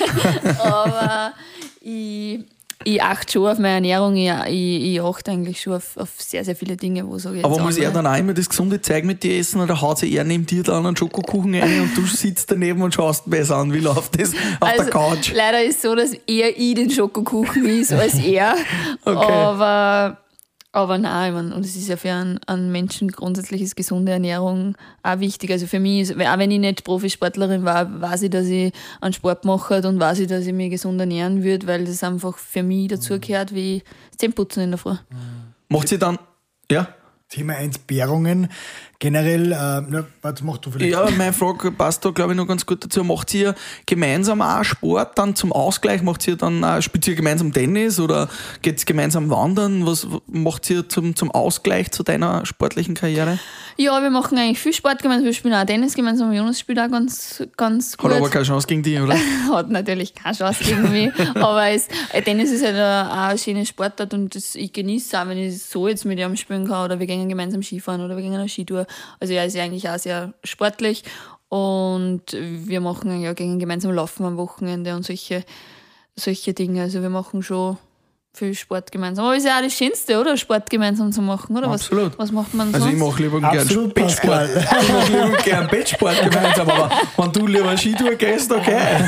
aber ich... Ich achte schon auf meine Ernährung, ich, ich, ich achte eigentlich schon auf, auf sehr, sehr viele Dinge. Wo sage ich Aber muss er dann auch immer das gesunde Zeug mit dir essen oder haut sich er neben dir dann einen Schokokuchen rein und du sitzt daneben und schaust besser an? Wie läuft das auf also, der Couch? Leider ist es so, dass eher ich den Schokokuchen ist als er. Okay. Aber, aber nein, ich meine, und es ist ja für einen, einen Menschen grundsätzlich ist gesunde Ernährung auch wichtig. Also für mich, ist, auch wenn ich nicht Profisportlerin war, weiß ich, dass ich einen Sport mache und weiß ich, dass ich mich gesund ernähren würde, weil das einfach für mich dazugehört wie Zähneputzen in der Früh. Macht sie dann, ja? Thema Entbehrungen generell, äh, na, warte, mach du vielleicht. Ja, meine Frage passt da, glaube ich, noch ganz gut dazu. Macht ihr gemeinsam auch Sport dann zum Ausgleich? Macht ihr dann auch, spielt ihr gemeinsam Tennis oder geht es gemeinsam wandern? Was macht ihr zum, zum Ausgleich zu deiner sportlichen Karriere? Ja, wir machen eigentlich viel Sport gemeinsam. Wir spielen auch Tennis gemeinsam. Jonas spielt auch ganz, ganz gut. Hat aber keine Chance gegen dich, oder? Hat natürlich keine Chance gegen mich. Aber es, Tennis ist halt auch ein schönes Sportart und das, ich genieße es auch, wenn ich so jetzt mit ihm spielen kann oder wir gehen gemeinsam Skifahren oder wir gehen eine Skitour. Also er ist ja eigentlich auch sehr sportlich und wir machen ja gegen gemeinsam Laufen am Wochenende und solche, solche Dinge. Also wir machen schon viel Sport gemeinsam. Aber ist ja auch das Schönste, oder? Sport gemeinsam zu machen, oder? Absolut. Was, was macht man sonst? Also ich mache lieber gern Bettsport. Ich mache lieber gern Bettsport gemeinsam, aber wenn du lieber Skitour gehst, okay.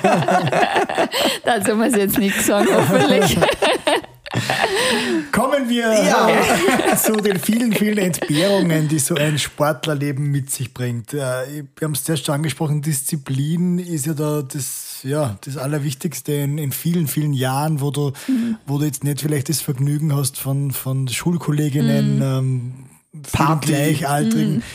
Dazu muss ich jetzt nichts sagen, hoffentlich. Kommen wir ja. zu den vielen, vielen Entbehrungen, die so ein Sportlerleben mit sich bringt. Wir haben es zuerst schon angesprochen, Disziplin ist ja da das, ja, das Allerwichtigste in, in vielen, vielen Jahren, wo du, mhm. wo du jetzt nicht vielleicht das Vergnügen hast von, von Schulkolleginnen, mhm. ähm, vielen Gleichaltrigen. Mhm.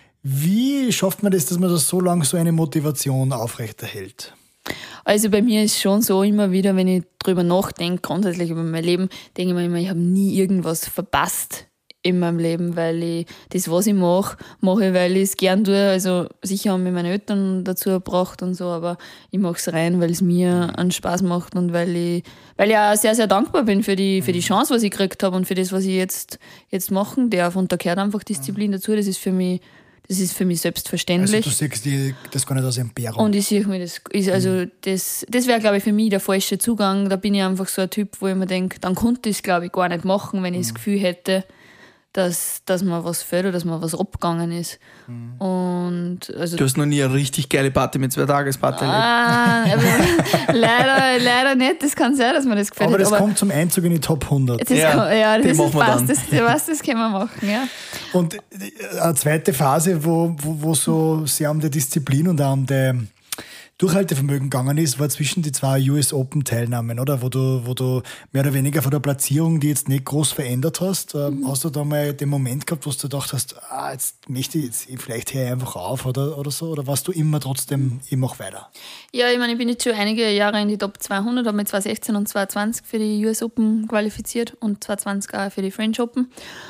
Wie schafft man das, dass man das so lange so eine Motivation aufrechterhält? Also bei mir ist schon so, immer wieder, wenn ich drüber nachdenke, grundsätzlich über mein Leben, denke ich mir immer, ich habe nie irgendwas verpasst in meinem Leben, weil ich das, was ich mache, mache ich, weil ich es gern tue. Also sicher haben mich meine Eltern dazu gebracht und so, aber ich mache es rein, weil es mir einen Spaß macht und weil ich, weil ich auch sehr, sehr dankbar bin für die, für die Chance, was ich gekriegt habe und für das, was ich jetzt, jetzt machen darf. Und da gehört einfach Disziplin dazu. Das ist für mich Das ist für mich selbstverständlich. Also du siehst die, das gar nicht aus Entbehrung. Und ich sehe mir das, ist also mhm. das, das wäre, glaube ich, für mich der falsche Zugang. Da bin ich einfach so ein Typ, wo ich mir denke, dann konnte ich es, glaube ich, gar nicht machen, wenn ich mhm. das Gefühl hätte, dass, dass mir was fehlt oder dass mir was abgegangen ist. Mhm. Und also du hast noch nie eine richtig geile Party mit zwei Tagesparty erlebt. Ah, leider, leider nicht. Das kann sein, dass mir das gefällt. Aber das aber kommt zum Einzug in die Top hundert. Das ja, kann, ja, das ist passt. Das, was, das können wir machen, ja. Und eine zweite Phase, wo, wo, wo so sehr um die Disziplin und auch um die Durchhaltevermögen gegangen ist, war zwischen die zwei U S Open Teilnahmen, oder? Wo du, wo du mehr oder weniger von der Platzierung, die jetzt nicht groß verändert hast, mhm. hast du da mal den Moment gehabt, wo du gedacht hast, ah, jetzt möchte ich jetzt, vielleicht höre ich einfach auf oder, oder so, oder warst du immer trotzdem, ich mache weiter? Ja, ich meine, ich bin jetzt schon einige Jahre in die Top zweihundert, habe mich zwanzig sechzehn und zwanzig zwanzig für die U S Open qualifiziert und zwanzig zwanzig auch für die French Open.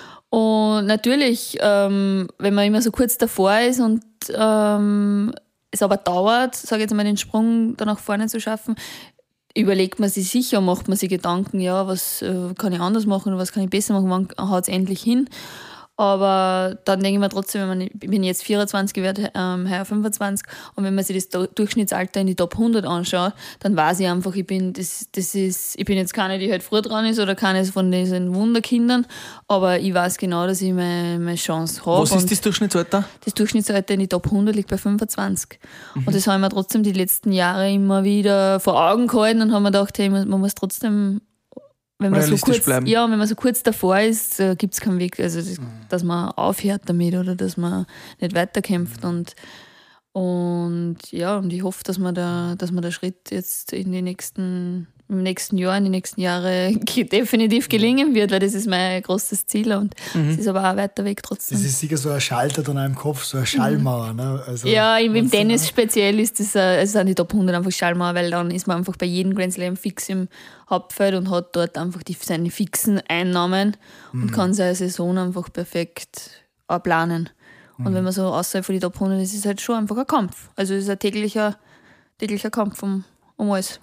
Und natürlich, ähm, wenn man immer so kurz davor ist und ähm, es aber dauert, sage ich jetzt mal, den Sprung da nach vorne zu schaffen, überlegt man sich sicher, macht man sich Gedanken, ja, was äh, kann ich anders machen oder was kann ich besser machen, wann haut es endlich hin. Aber dann denke ich mir trotzdem, wenn man, ich bin jetzt vierundzwanzig, ich werde ähm, heuer fünfundzwanzig, und wenn man sich das Durchschnittsalter in die Top hundert anschaut, dann weiß ich einfach, ich bin, das, das ist, ich bin jetzt keine, die halt früh dran ist oder keine von diesen Wunderkindern, aber ich weiß genau, dass ich meine, meine Chance habe. Was ist das Durchschnittsalter? Das Durchschnittsalter in die Top hundert liegt bei fünfundzwanzig. Mhm. Und das haben wir trotzdem die letzten Jahre immer wieder vor Augen gehalten und haben mir gedacht, hey, man muss trotzdem, wenn man, so kurz, ja, wenn man so kurz davor ist, äh, gibt es keinen Weg, also das, mhm. dass man aufhört damit oder dass man nicht weiterkämpft. Und, und ja, und ich hoffe, dass man da, dass man der Schritt jetzt in die nächsten, im nächsten Jahr, in die nächsten Jahre definitiv gelingen wird, weil das ist mein großes Ziel und es mhm. ist aber auch ein weiter Weg trotzdem. Das ist sicher so ein Schalter dann im Kopf, so eine Schallmauer. Ne? Also, ja, im, im Tennis speziell ist das, also sind die Top hundert einfach Schallmauer, weil dann ist man einfach bei jedem Grand Slam fix im Hauptfeld und hat dort einfach die, seine fixen Einnahmen mhm. und kann seine Saison einfach perfekt auch planen. Mhm. Und wenn man so außerhalb von die Top hundert ist, ist es halt schon einfach ein Kampf. Also es ist ein täglicher, täglicher Kampf um, um alles.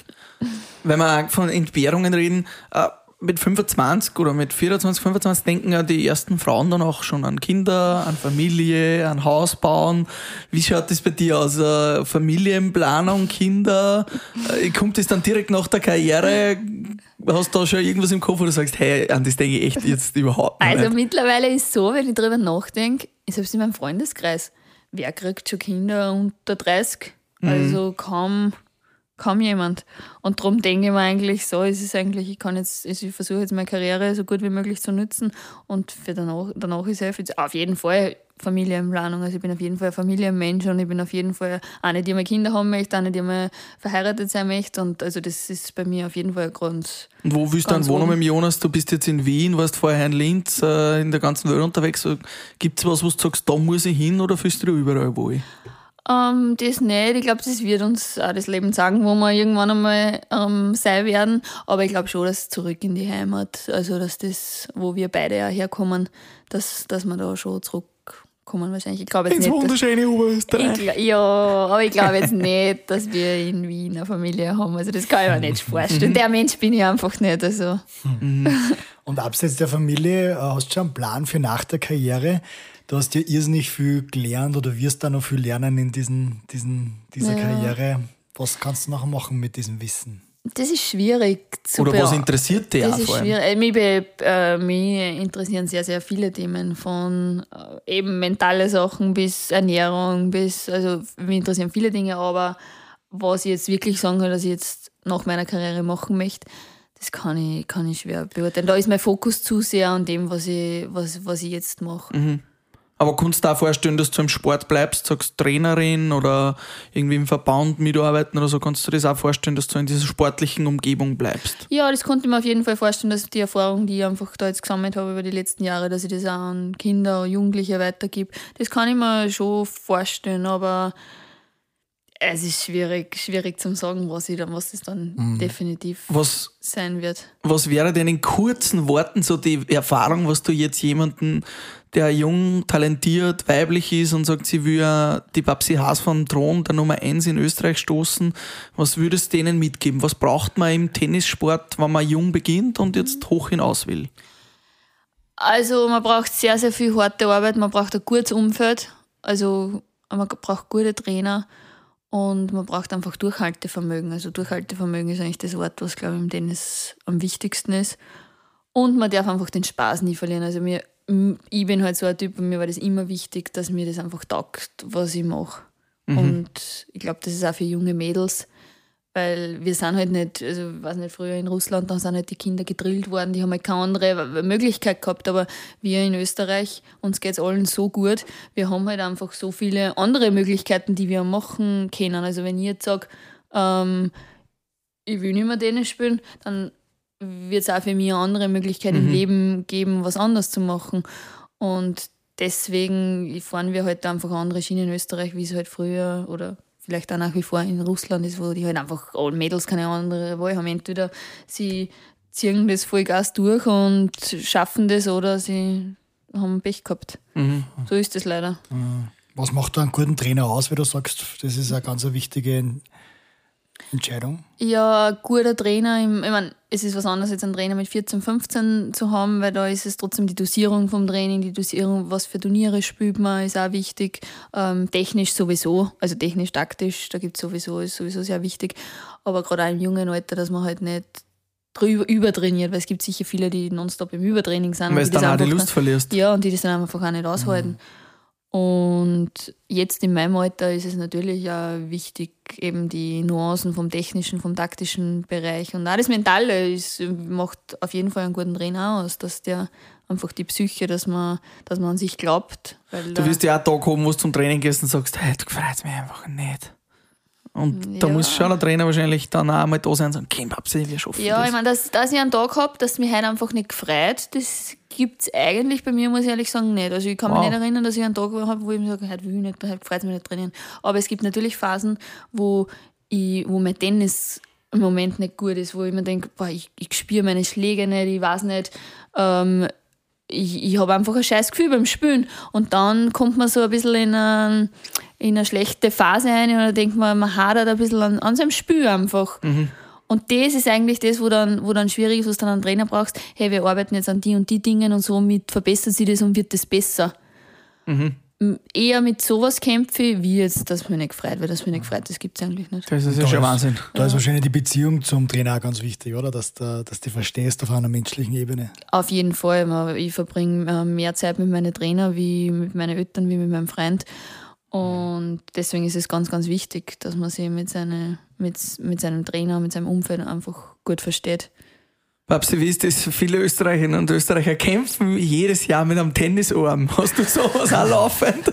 Wenn wir von Entbehrungen reden, äh, mit fünfundzwanzig oder mit vierundzwanzig, fünfundzwanzig denken ja die ersten Frauen dann auch schon an Kinder, an Familie, an Haus bauen. Wie schaut das bei dir aus? Äh, Familienplanung, Kinder? Äh, kommt das dann direkt nach der Karriere? Hast du da schon irgendwas im Kopf, wo du sagst, hey, an das denke ich echt jetzt überhaupt nicht? Also mittlerweile ist es so, wenn ich drüber nachdenke, selbst in meinem Freundeskreis, wer kriegt schon Kinder unter dreißig? Mhm. Also kaum... kaum jemand. Und darum denke ich mir eigentlich so, es ist eigentlich, ich kann jetzt, ich versuche jetzt meine Karriere so gut wie möglich zu nutzen und für danach, danach ist es auf jeden Fall Familienplanung. Also ich bin auf jeden Fall ein Familienmensch und ich bin auf jeden Fall eine, die mal Kinder haben möchte, eine, die mal verheiratet sein möchte, und also das ist bei mir auf jeden Fall ein Grund. Und wo willst du dann wohnen mit dem Jonas? Du bist jetzt in Wien, warst vorher in Linz, äh, in der ganzen Welt unterwegs. Gibt es was, wo du sagst, da muss ich hin, oder fühlst du dich überall wohl? Ähm, das nicht. Ich glaube, das wird uns auch das Leben sagen, wo wir irgendwann einmal ähm, sein werden. Aber ich glaube schon, dass zurück in die Heimat, also dass das, wo wir beide ja herkommen, dass, dass wir da schon zurückkommen wahrscheinlich. Ich glaube jetzt ins nicht. wunderschöne Oberösterreich. Ich, ja, aber ich glaube jetzt nicht, dass wir in Wien eine Familie haben. Also das kann ich mir nicht vorstellen. Der Mensch bin ich einfach nicht. Also. Und abseits der Familie, hast du schon einen Plan für nach der Karriere? Du hast ja irrsinnig viel gelernt oder wirst da noch viel lernen in diesen, diesen, dieser ja. Karriere. Was kannst du nachher machen mit diesem Wissen? Das ist schwierig zu Oder was interessiert dich das auch ist vor allem? Schwierig. Mich, be, äh, mich interessieren sehr, sehr viele Themen, von äh, eben mentale Sachen bis Ernährung, bis, also mich interessieren viele Dinge, aber was ich jetzt wirklich sagen kann, dass ich jetzt nach meiner Karriere machen möchte, das kann ich, kann ich schwer beurteilen. Da ist mein Fokus zu sehr an dem, was ich, was, was ich jetzt mache. Mhm. Aber kannst du dir auch vorstellen, dass du im Sport bleibst, sagst Trainerin oder irgendwie im Verband mitarbeiten oder so, kannst du dir das auch vorstellen, dass du in dieser sportlichen Umgebung bleibst? Ja, das konnte ich mir auf jeden Fall vorstellen, dass die Erfahrung, die ich einfach da jetzt gesammelt habe über die letzten Jahre, dass ich das auch an Kinder und Jugendliche weitergebe. Das kann ich mir schon vorstellen, aber es ist schwierig, schwierig zu sagen, was, ich dann, was das dann mhm. definitiv was, sein wird. Was wäre denn in kurzen Worten so die Erfahrung, was du jetzt jemanden, der jung, talentiert, weiblich ist und sagt, sie will die Babsi Haas vom Thron der Nummer eins in Österreich stoßen, was würdest du denen mitgeben? Was braucht man im Tennissport, wenn man jung beginnt und jetzt hoch hinaus will? Also man braucht sehr, sehr viel harte Arbeit, man braucht ein gutes Umfeld, also man braucht gute Trainer. Und man braucht einfach Durchhaltevermögen. Also Durchhaltevermögen ist eigentlich das Wort, was, glaube ich, im Tennis am wichtigsten ist. Und man darf einfach den Spaß nie verlieren. Also mir, ich bin halt so ein Typ, und mir war das immer wichtig, dass mir das einfach taugt, was ich mache. Mhm. Und ich glaube, das ist auch für junge Mädels, weil wir sind halt nicht, also ich weiß nicht, früher in Russland, da sind halt die Kinder gedrillt worden, die haben halt keine andere Möglichkeit gehabt, aber wir in Österreich, uns geht es allen so gut, wir haben halt einfach so viele andere Möglichkeiten, die wir machen können. Also wenn ich jetzt sage, ähm, ich will nicht mehr Tennis spielen, dann wird es auch für mich eine andere Möglichkeit mhm. im Leben geben, was anderes zu machen. Und deswegen fahren wir halt einfach andere Schienen in Österreich, wie es halt früher oder vielleicht auch nach wie vor in Russland ist, wo die halt einfach alle Mädels keine andere Wahl haben. Entweder sie ziehen das Vollgas durch und schaffen das, oder sie haben Pech gehabt. Mhm. So ist das leider. Was macht da einen guten Trainer aus, wenn du sagst, das ist eine ganz wichtige Entscheidung? Ja, ein guter Trainer, im, ich meine, es ist was anderes, jetzt einen Trainer mit vierzehn, fünfzehn zu haben, weil da ist es trotzdem die Dosierung vom Training, die Dosierung, was für Turniere spielt man, ist auch wichtig. Ähm, technisch sowieso, also technisch, taktisch, da gibt es sowieso, ist sowieso sehr wichtig. Aber gerade auch im jungen Alter, dass man halt nicht drüber übertrainiert, weil es gibt sicher viele, die nonstop im Übertraining sind. Weil es dann auch die Lust verlierst. Ja, und die das dann einfach auch nicht aushalten. Mhm. Und jetzt in meinem Alter ist es natürlich auch wichtig, eben die Nuancen vom technischen, vom taktischen Bereich. Und auch das Mentale ist, macht auf jeden Fall einen guten Trainer aus, dass der einfach die Psyche, dass man, dass man an sich glaubt. Weil du wirst ja auch Tag haben, wo du zum Training gehst und sagst, hey, du gefreut mich einfach nicht. Und ja. Da muss schon der Trainer wahrscheinlich dann auch mal da sein und sagen, okay, Babsi, wir schaffen ja, das. Ich meine, dass, dass ich einen Tag habe, dass mich heute einfach nicht gefreut, das gibt es eigentlich bei mir, muss ich ehrlich sagen, nicht. Also ich kann wow. mich nicht erinnern, dass ich einen Tag habe, wo ich mir sage, heute will ich nicht, heute freut es mich nicht trainieren. Aber es gibt natürlich Phasen, wo, ich, wo mein Tennis im Moment nicht gut ist, wo ich mir denke, boah, ich, ich spüre meine Schläge nicht, ich weiß nicht, ähm, ich, ich habe einfach ein scheiß Gefühl beim Spielen. Und dann kommt man so ein bisschen in eine, in eine schlechte Phase rein und dann denkt man, man hadert ein bisschen an, an seinem Spiel einfach. Mhm. Und das ist eigentlich das, wo dann, wo dann schwierig ist, wo du dann einen Trainer brauchst. Hey, wir arbeiten jetzt an die und die Dingen und somit verbessert sich das und wird das besser. Mhm. Eher mit sowas kämpfe ich, wie jetzt, dass mich nicht gefreut, weil das mich nicht gefreut, das gibt es eigentlich nicht. Das ist ja schon Wahnsinn. Da ja. ist wahrscheinlich die Beziehung zum Trainer auch ganz wichtig, oder? Dass du, dass du verstehst auf einer menschlichen Ebene. Auf jeden Fall. Ich verbringe mehr Zeit mit meinen Trainern, wie mit meinen Eltern, wie mit meinem Freund. Und deswegen ist es ganz, ganz wichtig, dass man sich mit, seine, mit, mit seinem Trainer, mit seinem Umfeld einfach gut versteht. Babsi, wie ist das? Viele Österreicherinnen und Österreicher kämpfen jedes Jahr mit einem Tennisarm. Hast du sowas auch laufend?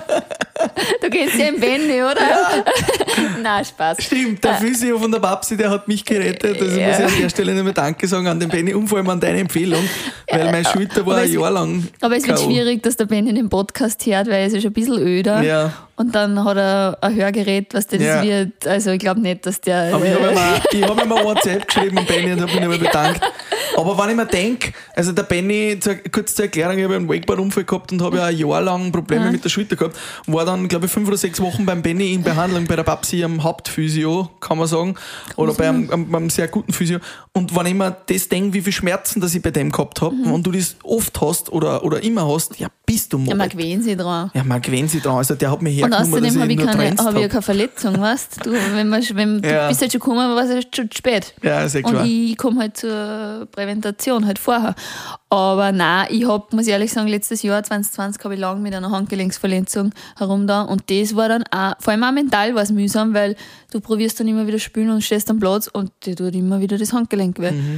Du kennst ja den Benni, oder? Ja. Nein, Spaß. Stimmt, der Physio von der Babsi, der hat mich gerettet. Also ja. muss ich an der Stelle nicht mehr Danke sagen an den Benni und vor allem an deine Empfehlung, weil meine Schulter war ein Jahr lang. Aber es wird K O schwierig, dass der Benni den Podcast hört, weil es ist ein bisschen öder. Ja. Und dann hat er ein Hörgerät, was das ja. wird. Also ich glaube nicht, dass der... Aber ich habe ihm, hab ihm mal WhatsApp geschrieben und Benni und habe mich nicht mehr bedankt. Aber wenn ich mir denke, also der Benni, kurz zur Erklärung, ich habe einen Wakeboard-Unfall gehabt und habe ja ein Jahr lang Probleme ja. mit der Schulter gehabt. War dann, glaube ich, fünf oder sechs Wochen beim Benni in Behandlung bei der Babsi am Hauptphysio, kann man sagen. Oder bei einem, einem, einem sehr guten Physio. Und wenn ich mir das denke, wie viel Schmerzen dass ich bei dem gehabt habe, mhm. und du das oft hast oder, oder immer hast, ja, bist du mal. Ja, man gewöhnt sich dran. Ja, man gewöhnt sich dran. Also der hat mich hergenommen, dass ich, ich nur keine, hab ich ja keine Verletzung, weißt du? Wenn man, wenn, ja. Du bist halt schon gekommen, aber war es schon zu spät. Ja, ist ja klar. Und ich komme halt zur Präventation halt vorher. Aber nein, ich habe, muss ich ehrlich sagen, letztes Jahr, zwanzig zwanzig, habe ich lange mit einer Handgelenksverletzung herum da. Und das war dann auch, vor allem auch mental war es mühsam, weil du probierst dann immer wieder spielen und stehst am Platz und dir tut immer wieder das Handgelenk weh. Mhm.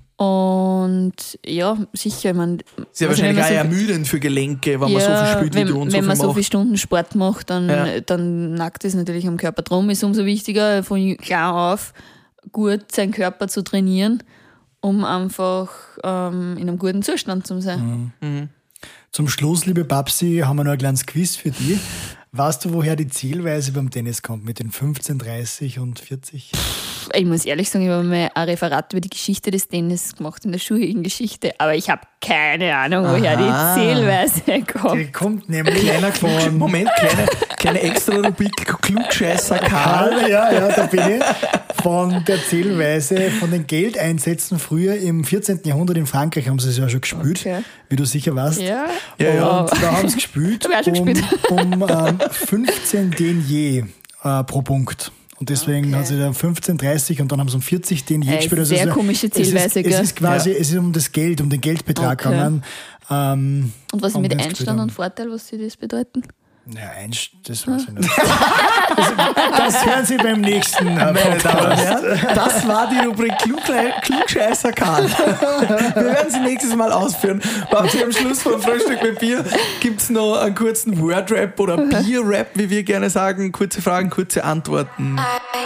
Und ja, sicher, ich meine... Ist ja wahrscheinlich auch so ermüdend für Gelenke, wenn ja, man so viel spielt wenn, wie du und so Wenn viel man macht. so viele Stunden Sport macht, dann, ja. dann nagt es natürlich am Körper. Drum ist es umso wichtiger, von klein auf gut seinen Körper zu trainieren, um einfach ähm, in einem guten Zustand zu sein. Mhm. Mhm. Zum Schluss, liebe Babsi, haben wir noch ein kleines Quiz für dich. Weißt du, woher die Zählweise beim Tennis kommt, mit den fünfzehn, dreißig und vierzig? Ich muss ehrlich sagen, ich habe mal ein Referat über die Geschichte des Tennis gemacht in der schuligen Geschichte, aber ich habe keine Ahnung, woher Aha. die Zählweise kommt. Die kommt nämlich kleiner von... Moment, kleine, kleine extra Rubrik Klugscheißer Karl. Ja, ja, da bin ich. Von der Zählweise, von den Geldeinsätzen früher im vierzehnten Jahrhundert in Frankreich haben sie es ja schon gespielt, okay. wie du sicher weißt. Ja. Ja, ja. Und da haben sie gespielt um, um ähm, fünfzehn Denier äh, pro Punkt. Und deswegen okay. hat sie dann fünfzehn, dreißig und dann haben sie um vierzig Denier gespielt. Also sehr also, komische Zählweise, es ist, es ist quasi, ja. es ist um das Geld, um den Geldbetrag okay. gegangen. Ähm, und was ist um mit Einstand und Vorteil, was sie das bedeuten? Ja, eins, das weiß ich nicht. Das, das hören Sie beim nächsten äh, Podcast. Das war die Rubrik Klugschei- Klugscheißer Karl. Wir werden sie nächstes Mal ausführen. Am Schluss vom Frühstück mit Bier gibt es noch einen kurzen Word-Rap oder Bier-Rap, wie wir gerne sagen. Kurze Fragen, kurze Antworten.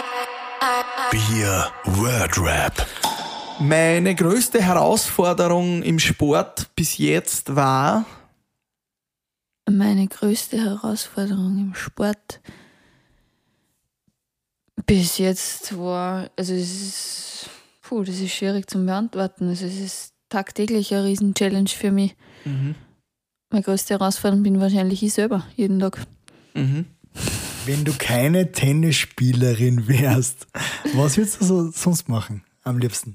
Bier-Word-Rap. Meine größte Herausforderung im Sport bis jetzt war... Meine größte Herausforderung im Sport bis jetzt war, also es ist, puh, das ist schwierig zu beantworten. Also es ist tagtäglich eine Riesen-Challenge für mich. Mhm. Meine größte Herausforderung bin wahrscheinlich ich selber, jeden Tag. Mhm. Wenn du keine Tennisspielerin wärst, was würdest du so sonst machen am liebsten?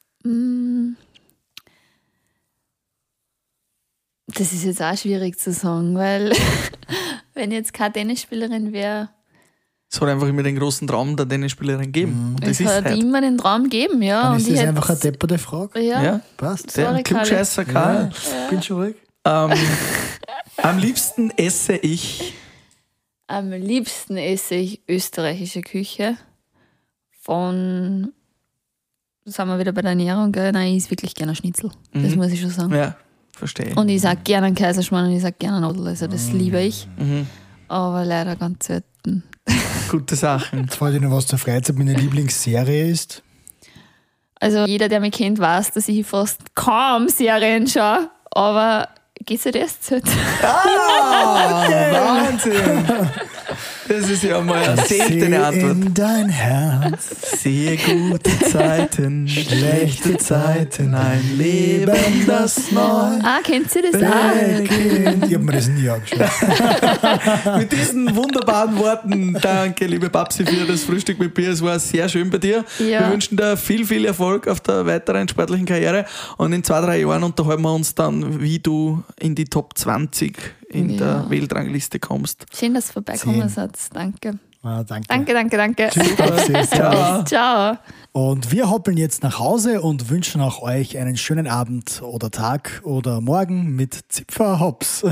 Das ist jetzt auch schwierig zu sagen, weil wenn ich jetzt keine Tennisspielerin wäre, Es hat einfach immer den großen Traum der Tennisspielerin gegeben. Und das es ist hat halt. immer den Traum gegeben, ja. Dann und ist ich das hätte- einfach eine depperte Frage. Ja, Ja. Passt. Sorry, Der Klugscheißer Karl. Ja, bin schon ruhig. Ähm, am liebsten esse ich. am liebsten esse ich österreichische Küche. Von, sind wir wieder bei der Ernährung, gell? Nein, ich esse wirklich gerne Schnitzel. Das Mhm. muss ich schon sagen. Ja, verstehe. Und ich sage gerne einen Kaiserschmarrn und ich sage gerne Nudel. Also das liebe ich. Mhm. Aber leider ganz selten. Gute Sachen. Jetzt frage ich noch, was zur Freizeit meine Lieblingsserie ist. Also jeder, der mich kennt, weiß, dass ich fast kaum Serien schaue. Aber G Z S Z. Ah, Wahnsinn! Das ist ja mal eine seltene Seh Antwort. in dein Herz, Sehe gute Zeiten, schlechte Zeiten, ein Leben, das neu. Ah, kennt ihr das auch? beginnt. Ich habe mir das nie angeschaut. Mit diesen wunderbaren Worten, danke, liebe Babsi, für das Frühstück mit Bier. Es war sehr schön bei dir. Ja. Wir wünschen dir viel, viel Erfolg auf der weiteren sportlichen Karriere. Und in zwei, drei Jahren unterhalten wir uns dann, wie du in die Top zwanzig in Ja. der Weltrangliste kommst. Schön, dass ihr vorbeikommen Zehn. seid. Danke. Ah, danke. Danke, danke, danke. Tschüss, Babsi. Servus. Ciao. Und wir hoppeln jetzt nach Hause und wünschen auch euch einen schönen Abend oder Tag oder Morgen mit Zipfer Hops.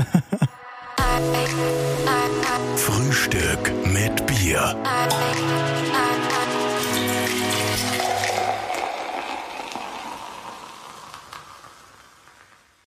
Frühstück mit Bier.